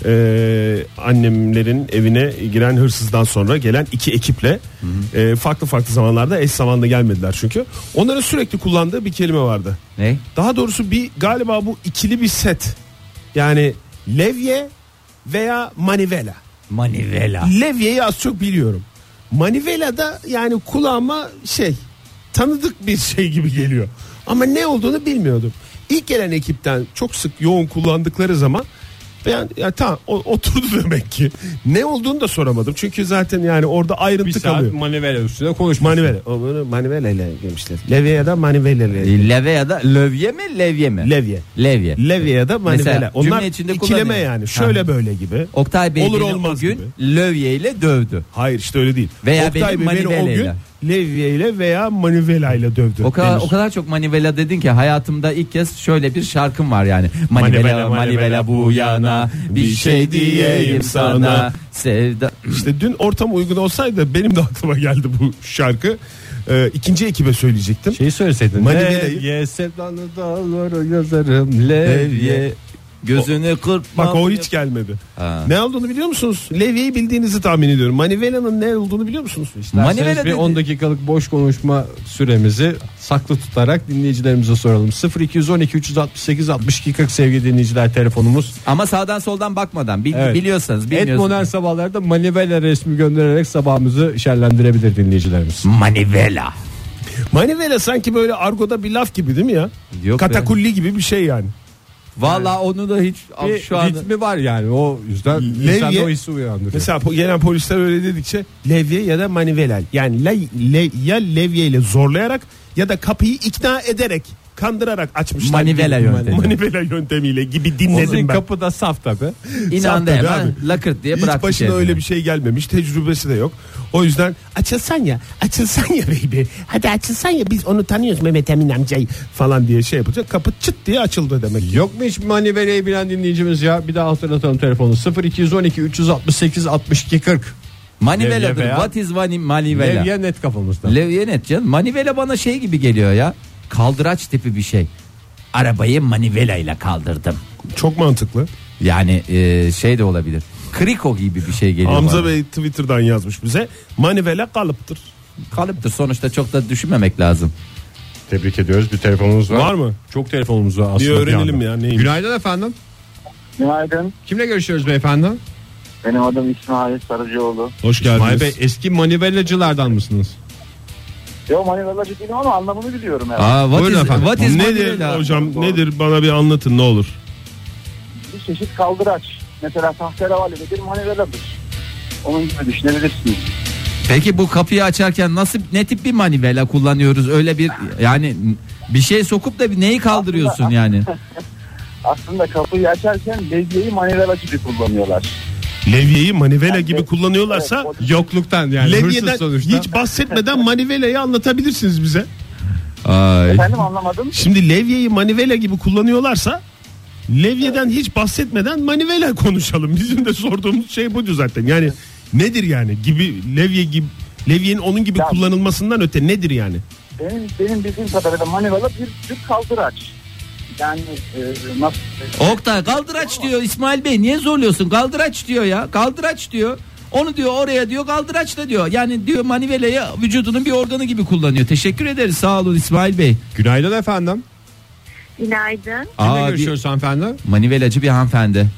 E, annemlerin evine giren hırsızdan sonra gelen iki ekiple e, farklı farklı zamanlarda eş zamanlı gelmediler çünkü. Onların sürekli kullandığı bir kelime vardı. Ne? Daha doğrusu bir galiba bu ikili bir set. Yani levye veya manivela. Manivela. Levyeyi az çok biliyorum. Manivela da yani kulağıma şey tanıdık bir şey gibi geliyor. Ama ne olduğunu bilmiyordum. İlk gelen ekipten çok sık yoğun kullandıkları zaman ben ya tamam o, oturdu demek ki. Ne olduğunu da soramadım. Çünkü zaten yani orada ayrıntı Bir saat kalıyor. manivela üstüne konuşmuş. Manivela. O bunu manivela ile gelmişler. Levye ya da manivela ile. Leve ya da lövye mi levye mi? Levye. Levye. Levye ya da manivela. Mesela Onlar cümle içinde ikileme kullanıyor. yani. Şöyle Ha. böyle gibi. Oktay Bey Olur beni olmaz o gün gibi. lövye ile dövdü. Hayır işte öyle değil. Veya Oktay benim Bey beni o gün manivelayla. levye ile veya manivela ile dövdü. O kadar denir. o kadar çok manivela dedin ki hayatımda ilk kez şöyle bir şarkım var yani. Manivela Manivela, manivela bu yana bir şey diyeyim sana sevda. İşte dün ortam uygun olsaydı benim de aklıma geldi bu şarkı. Ee, ikinci ekibe söyleyecektim. Şeyi söyleseydin. Manivela'yı- Levye sevdanı dağlara yazarım. Levye. Gözünü kırpma. Bak o hiç gelmedi. Ha. Ne olduğunu biliyor musunuz? Levye'yi bildiğinizi tahmin ediyorum. Manivela'nın ne olduğunu biliyor musunuz? Manivela Manivela bir dedi. on dakikalık boş konuşma süremizi saklı tutarak dinleyicilerimize soralım. sıfır iki on iki üç altı sekiz altmış iki kırk sevgili dinleyiciler telefonumuz. Ama sağdan soldan bakmadan bil, Evet. biliyorsanız Et bilmiyorsanız. modern sabahlarda manivela resmi göndererek sabahımızı şerlendirebilir dinleyicilerimiz. Manivela. Manivela sanki böyle argoda bir laf gibi değil mi ya? Yok be. Katakulli gibi bir şey yani. Valla onu da hiç Bir şu anda ritmi var yani o yüzden Levye- insanda o hissi uyandırıyor. Mesela po- gelen polisler öyle dedikçe levye ya da manivela. Yani la, le, ya levye ile zorlayarak ya da kapıyı ikna ederek kandırarak açmışlar. Manivela gibi. yöntemi. Manivela yöntemiyle gibi Sizin dinledim ben. kapıda saf tabi. inandı Saf tabii hemen abi. lakırt diye Hiç bıraktı başına kendini. öyle bir şey gelmemiş, tecrübesi de yok. O yüzden açılsan ya, açılsan ya baby. Hadi açılsan ya, biz onu tanıyoruz Mehmet Emin amcayı falan diye şey yapacak. Kapı çıt diye açıldı demek. Yok mu hiç manivelayı bilen dinleyicimiz ya? Bir daha hatırlatalım telefonu. sıfır iki on iki üç altı sekiz altmış iki kırk. Manivela'dır. Levye veya- What is mani- manivela? Levye net kafamızda. Levye net canım. Manivela bana şey gibi geliyor ya. Kaldıraç tipi bir şey. Arabayı manivela ile kaldırdım. Çok mantıklı. Yani e, şey de olabilir. Kriko gibi bir şey geliyor Hamza bana. Bey Twitter'dan yazmış bize. Manivela kalıptır. Kalıptır. Sonuçta çok da düşünmemek lazım. Tebrik ediyoruz. Bir telefonumuz var. Var mı? Çok telefonumuz var aslında. Bir öğrenelim anda. ya, neymiş? Günaydın efendim. Günaydın. Kimle görüşüyoruz beyefendi? Benim adım İsmail Sarıcıoğlu. Hoş İsmail geldiniz. Bey eski manivelacılardan mısınız? Yo manivelacı değilim ama anlamını biliyorum herhalde. Aa, what Buyurun is, efendim. what is Nedir manivela? hocam, Doğru. nedir, bana bir anlatın ne olur. Bir çeşit kaldıraç. Mesela tahterevalli bir maniveladır. Onun gibi düşünebilirsiniz. Peki bu kapıyı açarken nasıl ne tip bir manivela kullanıyoruz? Öyle bir yani bir şey sokup da bir neyi kaldırıyorsun Aslında- yani? Aslında kapıyı açarken levyeyi manivelacı gibi kullanıyorlar. Levyeyi manivela Yani gibi de- kullanıyorlarsa Evet, o- Yokluktan yani hırsız levyeden sonuçta. hiç bahsetmeden manivelayı anlatabilirsiniz bize. Ay. Efendim anlamadım. Şimdi levyeyi manivela gibi kullanıyorlarsa levyeden hiç bahsetmeden manivela konuşalım. Bizim de sorduğumuz şey buydu zaten. Yani nedir yani gibi levye gibi levyenin onun gibi Ya- kullanılmasından öte nedir yani? Benim, benim bildiğim kadarıyla manivela bir tür kaldıraç. Yani e, nasıl? Oktay kaldıraç diyor İsmail Bey, niye zorluyorsun? Kaldıraç diyor ya. Kaldıraç diyor. Onu diyor oraya diyor, kaldıraç da diyor. Yani diyor manivelayı vücudunun bir organı gibi kullanıyor. Teşekkür ederiz, sağ olun İsmail Bey. Günaydın efendim. Günaydın. Kimle Aa, bir görüşüyoruz hanımefendi? manivelacı bir hanımefendi.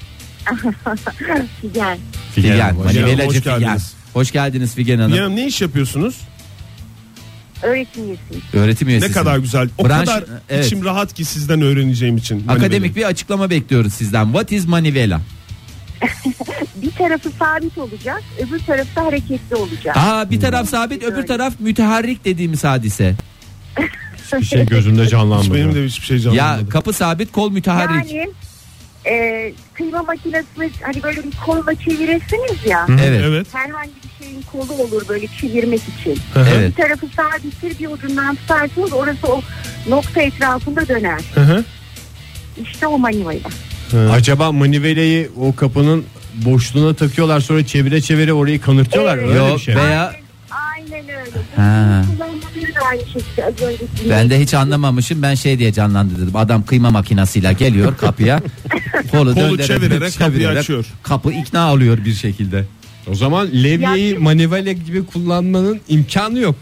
Figen. Figen, Hanım, hoş manivelacı geldiniz. Hoş Figen. geldiniz. Hoş geldiniz Figen Hanım. Yani ne iş yapıyorsunuz? Öğretim üyesiyim. Öğretim üyesi. Ne kadar güzel. O Branş- kadar evet. içim rahat ki sizden öğreneceğim için. Akademik bir açıklama bekliyoruz sizden. What is manivela? Bir tarafı sabit olacak, öbür tarafı da hareketli olacak. Aa, bir taraf sabit, öbür taraf müteharrik dediğimiz hadise. Bir şey gözümde Hiç canlanmadı. benim de hiçbir şey Ya canlanmadı. kapı sabit, kol müteharrik. Yani e, kıyma makinesini hani böyle bir kolla çevirirsiniz ya. Evet. Evet. Herhangi bir şeyin kolu olur böyle çevirmek için. Evet. Bir tarafı sabittir, bir ucundan tutarsınız, orası o nokta etrafında döner. Hı hı. İşte o manivela. Acaba manivelayı o kapının boşluğuna takıyorlar sonra çevire çevire orayı kanırtıyorlar. Evet. Öyle Yok bir şey. be. Veya- Aynen, aynen öyle. Ha. Kullanmaları da aynı şekilde az önce. Ben de hiç anlamamışım. Ben şey diye canlandırdım. Adam kıyma makinasıyla geliyor kapıya. Kolu, Kolu döndürerek, çevirerek kapıyı açıyor. Kapı ikna oluyor bir şekilde. O zaman levyeyi Ya- manivela gibi kullanmanın imkanı yok.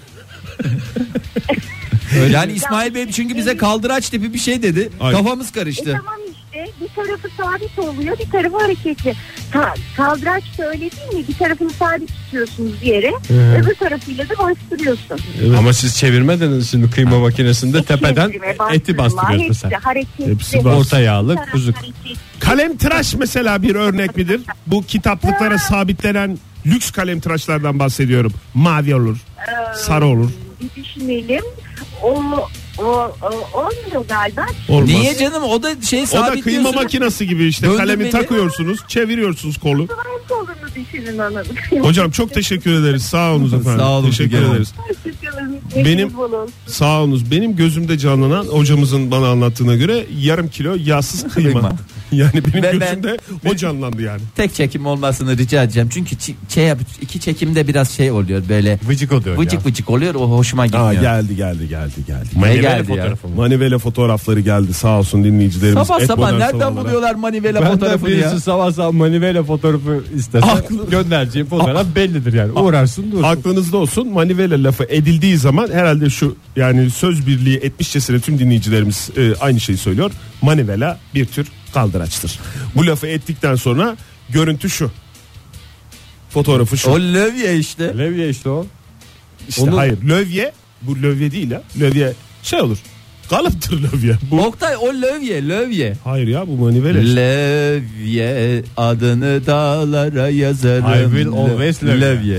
Yani İsmail Bey çünkü bize kaldıraç tipi bir şey dedi. Ay. Kafamız E karıştı. tamam işte bir tarafı sabit oluyor bir tarafı hareketli. Ta, kaldıraç da öyle değil mi? Bir tarafını sabit tutuyorsunuz bir yere öbür tarafıyla da bastırıyorsun. Evet. Ama siz çevirmediniz şimdi kıyma makinesinde tepeden Çevirme, eti bastırma, bastırıyoruz hepsi mesela. hareketli. Hepsi bas- Orta yağlı Taraf kuzu. hareketli. Kalem tıraş mesela bir örnek midir? Bu kitaplıklara sabitlenen lüks kalem tıraşlardan bahsediyorum. Mavi olur, sarı olur. Bir düşünelim. O o, o olmuyor galiba. Olmaz. Niye canım o da şey O da sabitliyorsun. kıyma makinesi gibi işte. Döndürmeli. Kalemi takıyorsunuz, çeviriyorsunuz kolu. Kulağın kolunu düşünün anladım. Hocam çok teşekkür ederiz. Sağ olunuz efendim. Sağ olun, Teşekkür Figen Hanım. ederiz. Benim Benim- Sağ olunuz. Benim gözümde canlanan hocamızın bana anlattığına göre yarım kilo yağsız kıyma. Kıyma. Yani benim Ve ben- gözümde o canlandı yani. Tek çekim olmasını rica edeceğim. Çünkü çi- şey yap- iki çekimde biraz şey oluyor böyle Vıcık oluyor vıcık ya. vıcık oluyor. O hoşuma gitmiyor. Aa, geldi geldi geldi geldi. Ne Manivela geldi ya? fotoğrafı mı? Manivela fotoğrafları geldi sağ olsun dinleyicilerimiz. Sabah Et sabah Modern nereden Sabahlara. buluyorlar manivela Benden fotoğrafını birisi ya? sabah sabah manivela fotoğrafı istese Aklı- göndereceğim fotoğraf bellidir yani. Uğrarsın dursun. Aklınızda olsun, manivela lafı edildiği zaman herhalde şu yani söz birliği etmişçesine tüm dinleyicilerimiz e, aynı şeyi söylüyor. Manivela bir tür kaldıraçtır. Bu lafı ettikten sonra görüntü şu. Fotoğrafı şu. O lövye işte. Levye işte o. İşte Onu- hayır lövye bu lövye değil ya. Lövye şey olur. Kalıptır lövye. Bu Oktay o lövye lövye. hayır ya bu manivela. işte. Lövye adını dağlara yazarım. I will always love you. lövye.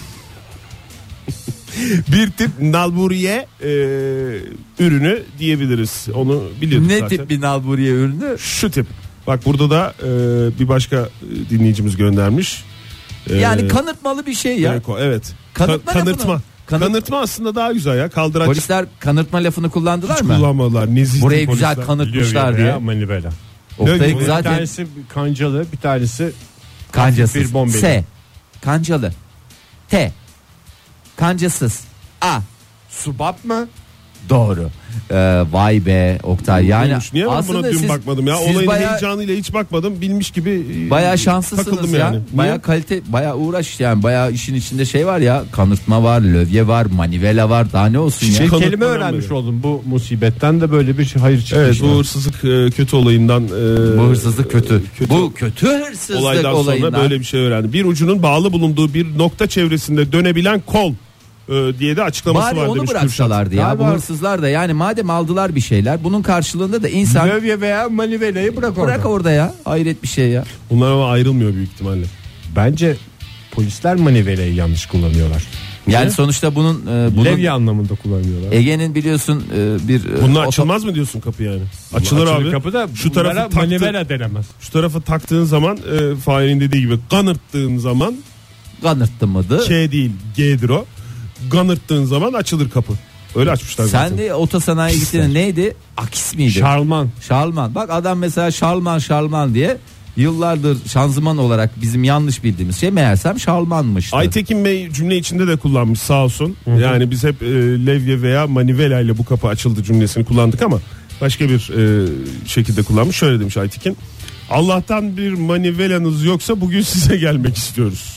Bir tip nalburiye e, ürünü diyebiliriz. Onu biliyoruz Ne zaten. tip bir nalburiye ürünü? Şu tip. Bak burada da e, bir başka e, dinleyicimiz göndermiş. E, Yani kanırtmalı bir şey ya. Eko, evet. Kanırtma Ka- lafını- kanırtma. kanırt- Kanırtma aslında daha güzel ya. Kaldıraç Polisler kanırtma lafını kullandılar hiç mı? kullanmadılar. Nezih Burayı polisler. güzel kanırtmışlar Levye diye. veya manivela. Oktay Lövye- Bir zaten tanesi kancalı, bir tanesi kancasız. bir bombeli. S. Kancalı. T. Kancasız. A. subap mı? Doğru. Ee, vay be Oktay yani Neymiş? Niye ben buna aslında dün siz, bakmadım ya? siz Olayın bayağı, heyecanıyla hiç bakmadım. Bilmiş gibi e, bayağı şanslısınız takıldım ya. yani. Bayağı Niye? kalite, bayağı uğraş yani. Bayağı işin içinde şey var ya. Kanırtma var, lövye var, manivela var. Daha ne olsun Bir ya. Kanıtma kelime önemli. öğrenmiş oldum bu musibetten de böyle bir hayır çıkmış. Evet bu hırsızlık e, kötü olayından e, Bu hırsızlık kötü. kötü Bu kötü hırsızlık olaydan olayından. sonra böyle bir şey öğrendim. Bir ucunun bağlı bulunduğu bir nokta çevresinde dönebilen kol e, diye de açıklaması Bari var onu demiş bıraksalardı ya. Galiba- Bu hırsızlar da yani madem aldılar bir şeyler bunun karşılığında da insan Levye veya manivelayı bırak orada. bırak orada ya. Hayret bir şey ya. Bunlar ama ayrılmıyor büyük ihtimalle. Bence polisler manivelayı yanlış kullanıyorlar. Yani sonuçta bunun, e, bunun Levye anlamında kullanıyorlar. Ege'nin biliyorsun e, bir e, Bunlar oto- açılmaz mı diyorsun kapı yani? Açılır Açılır abi. kapıda Şu tarafı bunlara taktı, manivela denemez. şu tarafı taktığın zaman e, Fahir'in dediği gibi kanırttığın zaman kanırttı mıydı? K değil G'dir o. Kanırttığın zaman açılır kapı. Öyle açmışlar zaten. Sen de otosanayi gittiğinde neydi? Akis miydi? Şarlman. Şarlman. Bak adam mesela Şarlman Şarlman diye yıllardır şanzıman olarak bizim yanlış bildiğimiz şey meğersem Şarlmanmıştı. Aytekin Bey cümle içinde de kullanmış sağ olsun. Yani biz hep e, levye veya manivela ile bu kapı açıldı cümlesini kullandık ama başka bir e, şekilde kullanmış. Şöyle demiş Aytekin. Allah'tan bir manivelanız yoksa bugün size gelmek istiyoruz.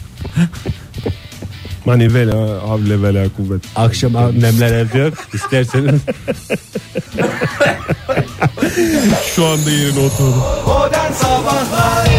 Manivela havle vela kuvvet. Akşam annemler evde isterseniz. Şu anda yerine oturdu. Modern Sabahlar.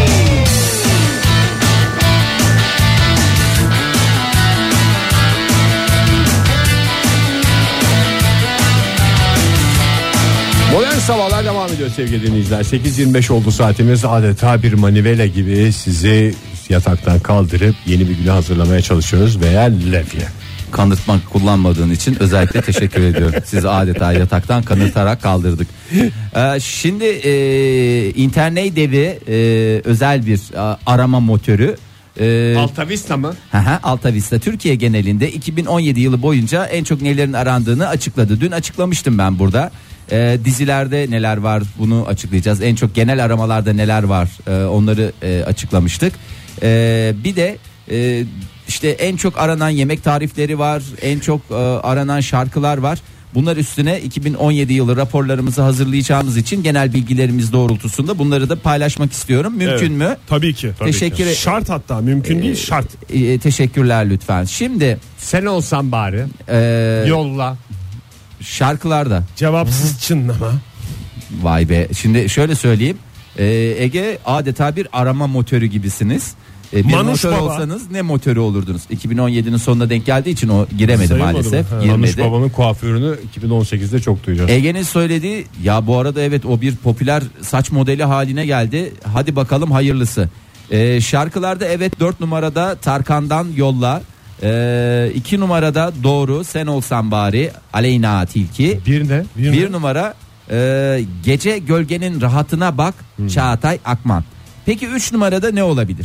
Modern Sabahlar devam ediyor sevgili dinleyiciler. sekiz yirmi beş oldu saatimiz. Adeta bir manivela gibi sizi yataktan kaldırıp yeni bir güne hazırlamaya çalışıyoruz veya levye. Kanırtma kullanmadığın için özellikle teşekkür ediyorum. Sizi adeta yataktan kanırtarak kaldırdık. Ee, şimdi e, internet devi e, özel bir a, arama motoru. E, Alta Vista mı? Aha, Alta Vista Türkiye genelinde iki bin on yedi yılı boyunca en çok nelerin arandığını açıkladı. Dün açıklamıştım ben burada. Ee, dizilerde neler var bunu açıklayacağız. En çok genel aramalarda neler var ee, onları e, açıklamıştık. Ee, bir de e, İşte en çok aranan yemek tarifleri var, en çok e, aranan şarkılar var. Bunlar üstüne iki bin on yedi yılı raporlarımızı hazırlayacağımız için genel bilgilerimiz doğrultusunda bunları da paylaşmak istiyorum. Mümkün Evet, mü? Tabii ki. Tabii Teşekkür ki. e- Şart hatta mümkün değil şart. E, teşekkürler lütfen. Şimdi Sen olsan bari. e, Yolla. şarkılarda. Cevapsız çınlama. Vay be. Şimdi şöyle söyleyeyim. E, Ege adeta bir arama motorü gibisiniz. E, bir Manuş motor Baba. olsanız ne motorü olurdunuz? iki bin on yedinin sonuna denk geldiği için o giremedi Sayılmadı maalesef. mı? Ha. Girmedi. Manuş Baba'nın kuaförünü iki bin on sekizde çok duyacağız. Ege'nin söylediği ya bu arada evet o bir popüler saç modeli haline geldi. Hadi bakalım hayırlısı. Ee, şarkılarda evet dört numarada Tarkan'dan Yolla. Ee, iki numarada Doğru Sen Olsan Bari Aleyna Tilki. Bir de Bir, bir numara e, Gece Gölgenin Rahatına Bak Çağatay Akman. Peki üç numarada ne olabilir?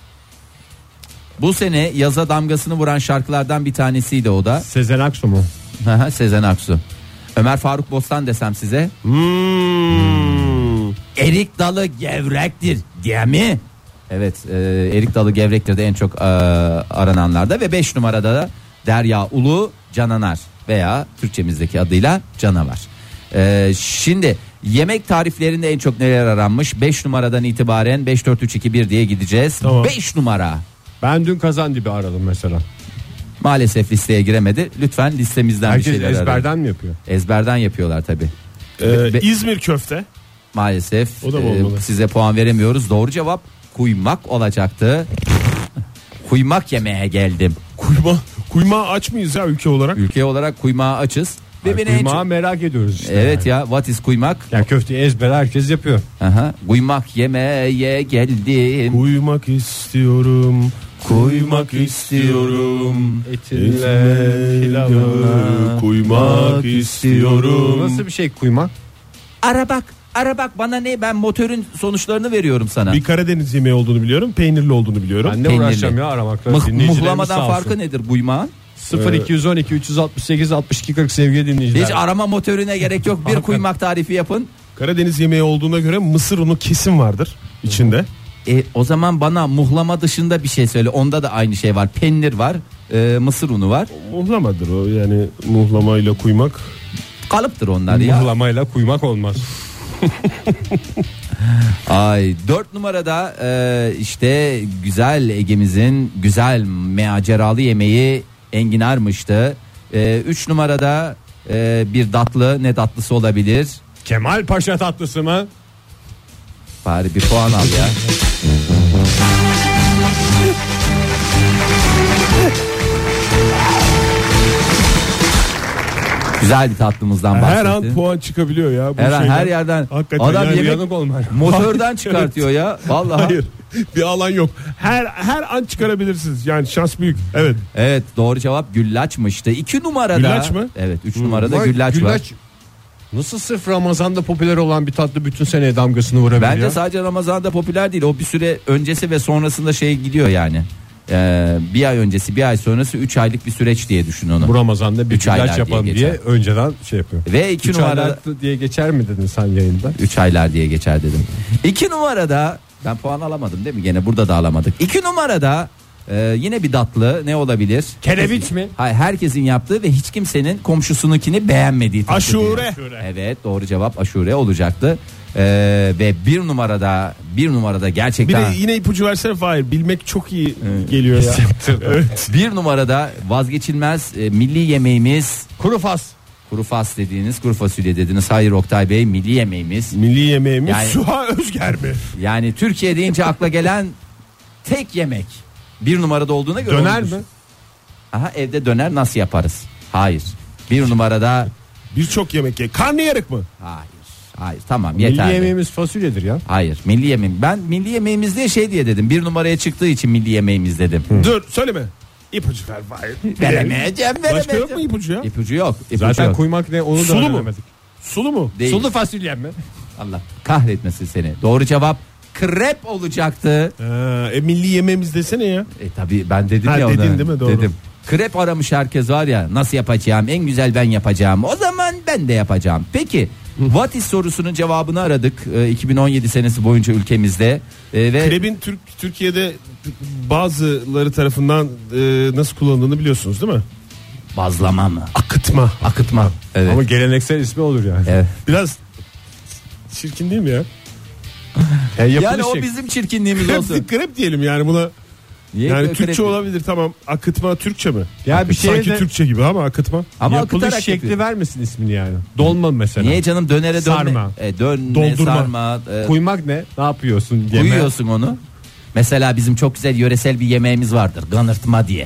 Bu sene yaza damgasını vuran şarkılardan bir tanesiydi o da. Sezen Aksu mu? Aha, Sezen Aksu. Ömer Faruk Bostan desem size. Hmm. Erik dalı gevrektir diye mi? Evet, e, erik dalı gevrektir de en çok e, arananlarda ve beş numarada da Derya Ulu Cananar veya Türkçemizdeki adıyla Canavar. E, şimdi yemek tariflerinde en çok neler aranmış? beş numaradan itibaren beş dört üç iki bir diye gideceğiz. Tamam. beş numara. Ben dün Kazandibi aradım mesela. Maalesef listeye giremedi. Lütfen listemizden Herkes bir şeyler arayın. ezberden mi yapıyor? Ezberden yapıyorlar tabii. Ee, Be- İzmir köfte. Maalesef O da mı e, olmalı? size puan veremiyoruz. Doğru cevap kuymak olacaktı. Kuymak yemeye geldim. Kuyma, kuyma aç mıyız ya ülke olarak? Ülke olarak kuymağı açız. Ve Yani beni en kuymağı çok... merak ediyoruz işte. Evet yani. ya, what is kuymak? Yani köfteyi ezber herkes yapıyor. Aha, kuymak yemeye geldim. Kuymak istiyorum. Kuymak istiyorum. Etinle pilavına. Kuymak istiyorum. Nasıl bir şey kuymak? Ara bak, ara bak bana ne, ben motorun sonuçlarını veriyorum sana. Bir Karadeniz yemeği olduğunu biliyorum. Peynirli olduğunu biliyorum. Ben ne Peynirli. uğraşacağım ya aramakla. Mıh- Dinleyicilerimiz muhlamadan sağ olsun. farkı nedir kuymağın? sıfır iki on iki üç altı sekiz altmış iki kırk sevgili dinleyiciler. Hiç arama motoruna gerek yok. Bir kuymak tarifi yapın. Karadeniz yemeği olduğuna göre mısır unu kesin vardır içinde. E, o zaman bana muhlama dışında bir şey söyle. Onda da aynı şey var. Peynir var, e, mısır unu var. Muhlamadır o, yani muhlamayla kuymak. Kalıptır onlar ya. Muhlamayla kuymak olmaz. Ay, dört numarada e, işte güzel Ege'mizin güzel maceralı yemeği enginarmıştı. E, üç numarada e, bir tatlı, ne tatlısı olabilir? Kemal Paşa tatlısı mı? Bari bir puan al ya. Güzel bir tatlımızdan bahsettin. Her an puan çıkabiliyor ya. Bu Her an, şeyden. her yerden Hakikaten adam yani yemek Yanık olma. motordan çıkartıyor ya. Vallahi. Hayır. Bir alan yok. Her her an çıkarabilirsiniz. Yani şans büyük. Evet. Evet, doğru cevap güllaçmıştı. İki numarada. Güllaç mı? Evet, üç numarada Vay, güllaç, var. güllaç. Nasıl sırf Ramazan'da popüler olan bir tatlı bütün seneye damgasını vurabilir Bence ya? sadece Ramazan'da popüler değil. O bir süre öncesi ve sonrasında şey gidiyor yani. Ee, bir ay öncesi, bir ay sonrası, üç aylık bir süreç diye düşün onu. Bu Ramazan'da bir Üç aylar güllaç diye yapalım diye, geçer. önceden şey yapıyor. Ve iki Üç numarada aylar diye geçer mi dedin sen yayında? üç aylar diye geçer dedim. İki numarada ben puan alamadım değil mi? Gene burada da alamadık. İki numarada e, yine bir tatlı ne olabilir? Kereviç mi? Hayır, herkesin yaptığı ve hiç kimsenin komşusununkini beğenmediği tatlı. Aşure. Evet, doğru cevap aşure olacaktı. Ee, ve bir numarada bir numarada Bir gerçekten de yine ipucu versene Fahir. Bilmek çok iyi geliyor ya. Evet. bir numarada vazgeçilmez e, milli yemeğimiz Kuru fas. kuru fas dediğiniz, kuru fasulye dediğiniz. Hayır Oktay Bey, milli yemeğimiz. Milli yemeğimiz Yani- Suha Özger mi? Yani Türkiye deyince akla gelen tek yemek. Bir numarada olduğuna göre Döner onu düşün. mi? Aha, evde döner nasıl yaparız? Hayır. Bir numarada Birçok yemek ye. Karnıyarık mı? hayır. Hayır, tamam Milli yeterli. yemeğimiz fasulyedir ya. Hayır, milli yemeğim. Ben milli yemeğimiz diye şey diye dedim. Bir numaraya çıktığı için milli yemeğimiz dedim. Dur söyleme. İpucu ver Fahir. Veremeyeceğim, Başka yok mu veremeyeceğim. ipucu ya? İpucu yok. ipucu Zaten yok. kuymak ne onu da Sulu mu? öğrenemedik. Sulu mu? Değil. Sulu fasulye mi? Allah kahretmesin seni. Doğru cevap krep olacaktı. Ha, e, milli yemeğimiz desene ya. E tabi ben dedim Ha, ya dedin ona. değil mi? Doğru. Dedim. Krep aramış herkes var ya, nasıl yapacağım, en güzel ben yapacağım. O zaman ben de yapacağım. Peki What is sorusunun cevabını aradık e, iki bin on yedi senesi boyunca ülkemizde e, ve Krebin Türk Türkiye'de bazıları tarafından e, nasıl kullanıldığını biliyorsunuz değil mi? bazlama mı? Akıtma. Akıtma. Evet. Ama geleneksel ismi olur yani. Evet. Biraz çirkin değil mi ya? E, yapılış Yani o şekli. bizim çirkinliğimiz Krep, olsun. krep diyelim yani buna. Niye Yani krep- Türkçe olabilir tamam. Akıtma Türkçe mi? Ya bir şeye Sanki de Türkçe gibi ama akıtma. Ama yapılış akıtarak şekli yapıyor. vermesin ismini yani. Dolma mesela. Niye canım dönere dönme. Sarma. E, dönme, Doldurma. sarma. E, Kuymak ne? Ne yapıyorsun? Yeme. Uyuyorsun onu. Mesela bizim çok güzel yöresel bir yemeğimiz vardır. Ganırtma diye.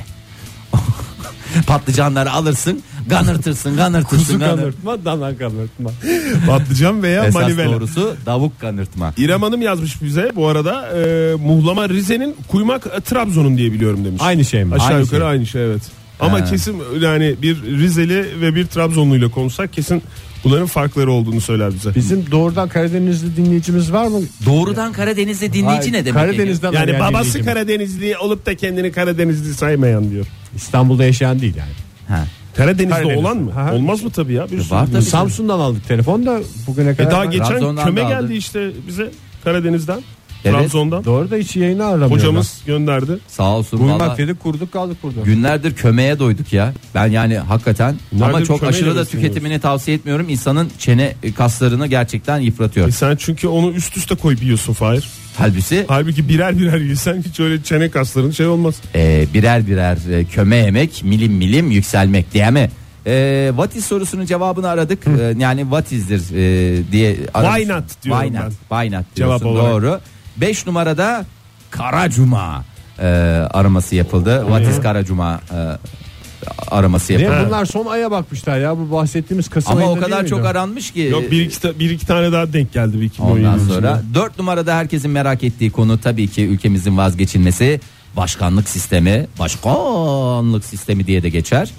Patlıcanları alırsın, ganırtırsın, ganırtırsın. Kuzu ganır- kanırtma, dana kanırtma. Patlıcan veya Esas manivela. doğrusu davuk ganırtma. İrem Hanım yazmış bize bu arada e, muhlama Rize'nin, kuymak e, Trabzon'un diye biliyorum demiş. Aynı şey mi? Aşağı Aynı yukarı şey. aynı şey evet. Ama Ha. kesin yani bir Rizeli ve bir Trabzonluyla konuşsak kesin bunların farkları olduğunu söyler bize. Bizim doğrudan Karadenizli dinleyicimiz var mı? Doğrudan Karadeniz'de dinleyici Hayır, ne demek? Karadeniz'den Yani arayan babası dinleyicimiz. Karadenizli olup da kendini Karadenizli saymayan diyor. İstanbul'da yaşayan değil yani. Ha. Karadeniz'de Karadeniz. olan mı? Ha. Olmaz mı tabii ya? Bir sürü- Var tabii. Samsun'dan aldık telefon da bugüne E kadar. daha geçen Trabzon'dan köme da aldı. geldi işte bize Karadeniz'den. Evet. Trabzon'dan. Doğru da hiç yayını aramıyorlar. Hocamız gönderdi. Sağ olsun valla. Kuymak dedik kurduk kaldık burada. Günlerdir kömeğe doyduk ya. Ben yani hakikaten ama Nerede çok kömeğe aşırı da yemesin tüketimini tavsiye etmiyorum. İnsanın çene kaslarını gerçekten yıpratıyor. E sen çünkü onu üst üste koyup yiyorsun Fahir. Halbuki Halbuki birer birer yesen hiç öyle çene kasların şey olmaz. e, birer birer e, köme yemek, milim milim yükselmek diye mi? E, what is sorusunun cevabını aradık. E, yani what is'dir e, diye aradık. Why not diyorum Why not? ben. Why not Cevap diyorsun, olarak. doğru. beş numarada Kara Cuma e, araması yapıldı. What is Kara Cuma e, araması Ne yapıldı. bunlar son aya bakmışlar ya bu bahsettiğimiz Kasım Ama o ayında kadar değil çok miydi? aranmış ki. Yok bir iki, ta- bir iki tane daha denk geldi bir iki bin on Ondan yedi sonra içinde. dört numarada herkesin merak ettiği konu tabii ki ülkemizin vazgeçilmesi başkanlık sistemi. Başkanlık sistemi diye de geçer.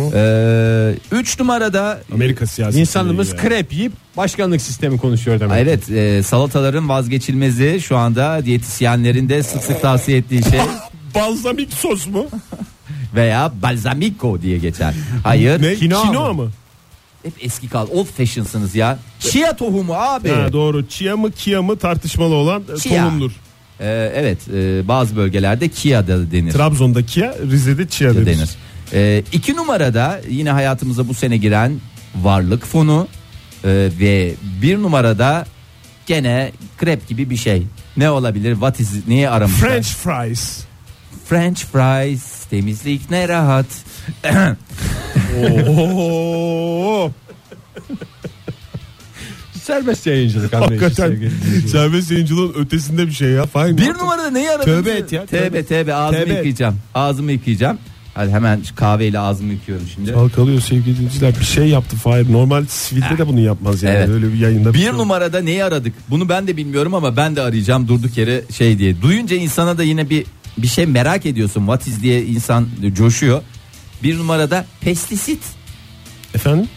Ee, üç numarada Amerika siyaseti. İnsanımız krep yiyip başkanlık sistemi konuşuyor demek. evet e, salataların vazgeçilmezi şu anda diyetisyenlerin de sık sık tavsiye ettiği şey Balzamik sos mu? veya balsamico diye geçer. Hayır. Ne? Kinoa Kinoa, mı? mı? Hep eski kal. Old fashion'sınız ya. Chia tohumu abi. Ha, doğru. Chia mı kia mı tartışmalı olan e, Chia. tohumdur. Ee, evet e, bazı bölgelerde Kia da denir. Trabzon'da kia, Rize'de chia denir. denir. Ee, iki numarada yine hayatımıza bu sene giren varlık fonu Ee, ve bir numarada gene krep gibi bir şey. Ne olabilir? What is niye aramışlar? French fries. French fries. Temizlik ne rahat. Oo. Serbest yayıncılık anlayışı Hakikaten sevgili dinleyiciler. serbest yayıncılığın ötesinde bir şey ya. Fahir, Bir numarada neyi aradın? Tövbe et ya, Tövbe tövbe. tövbe ağzımı Tövbe et. yıkayacağım. Ağzımı yıkayacağım. Hadi hemen şu kahveyle ağzımı yıkıyorum şimdi. Çalkalıyor sevgili dinleyiciler. Bir şey yaptı Fahir. Normal sivilde de bunu yapmaz yani. Evet. Öyle bir yayında. Bir şey yok. numarada neyi aradık? Bunu ben de bilmiyorum ama ben de arayacağım durduk yere şey diye. Duyunca insana da yine bir bir şey merak ediyorsun. What is diye insan coşuyor. Bir numarada pestisit. Efendim?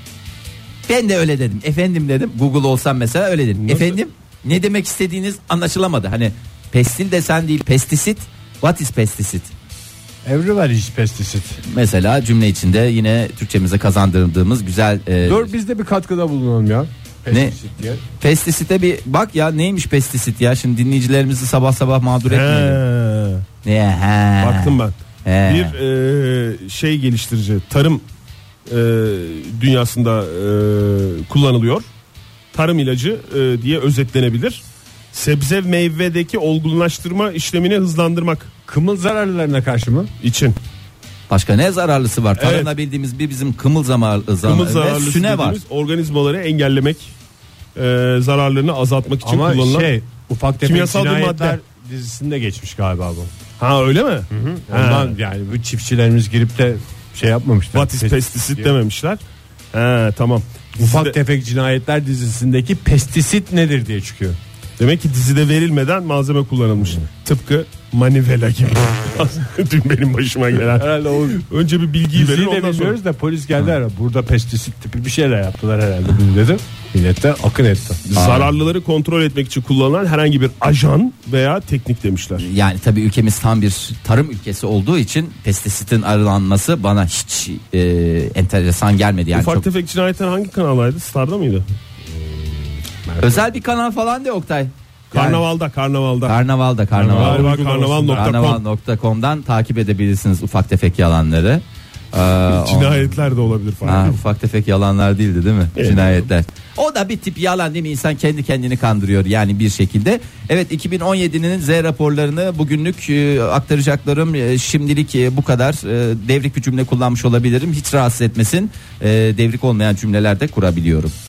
Ben de öyle dedim. Efendim dedim. Google olsam mesela öyle dedim. Nasıl? Efendim ne demek istediğiniz anlaşılamadı. Hani pestil desen değil pestisit. What is pestisit? Everywhere is pestisit. Mesela cümle içinde yine Türkçemize kazandırdığımız güzel e, Dur biz de bir katkıda bulunalım ya. Pestisit diye. pestisite bir bak ya neymiş pestisit ya. Şimdi dinleyicilerimizi sabah sabah mağdur etmeyelim. He. Ne he. Baktım ben. He. Bir e, şey geliştirici tarım e, dünyasında e, kullanılıyor. Tarım ilacı e, diye özetlenebilir. Sebze meyvedeki olgunlaştırma işlemini hızlandırmak Kımıl zararlarına karşı mı? için. Başka ne zararlısı var? Evet. Tarımda bildiğimiz bir bizim kımıl zamanı Kımıl ve zararlısı süne var. dediğimiz organizmaları engellemek, e, zararlarını azaltmak için Ama kullanılan. şey ufak tefek kimyasal bir cinayetler madde. dizisinde geçmiş galiba bu. Ha öyle mi? Ondan yani bu çiftçilerimiz girip de şey yapmamışlar. What is pestisit dememişler. He tamam. Ufak Dizide- tefek cinayetler dizisindeki pestisit nedir diye çıkıyor. Demek ki dizide verilmeden malzeme kullanılmış. Tıpkı manivela gibi. Dün benim başıma gelen. Herhalde o Önce bir bilgiyi verin diziyi de ondan sonra. bilmiyoruz da polis geldi ara. Burada pestisit tipi bir şeyler yaptılar herhalde bunu dedi. Millet de akın etti. Zararlıları kontrol etmek için kullanılan herhangi bir ajan veya teknik demişler. Yani tabii ülkemiz tam bir tarım ülkesi olduğu için pestisitin aranması bana hiç e, enteresan gelmedi. Yani Ufak çok tefek cinayetler hangi kanaldaydı? Star'da mıydı? Özel bir kanal falan de Oktay. Karnavalda karnavalda. Karnavalda karnaval. Galiba karnaval nokta com. karnaval nokta com'dan takip edebilirsiniz ufak tefek yalanları. Ee, Cinayetler de olabilir falan. Ha, ufak tefek yalanlar değildi değil mi? Evet. Cinayetler. O da bir tip yalan değil mi? İnsan kendi kendini kandırıyor yani bir şekilde. Evet, iki bin on yedinin Z raporlarını bugünlük e, aktaracaklarım e, şimdilik e, bu kadar. E, devrik bir cümle kullanmış olabilirim. Hiç rahatsız etmesin. E, devrik olmayan cümleler de kurabiliyorum.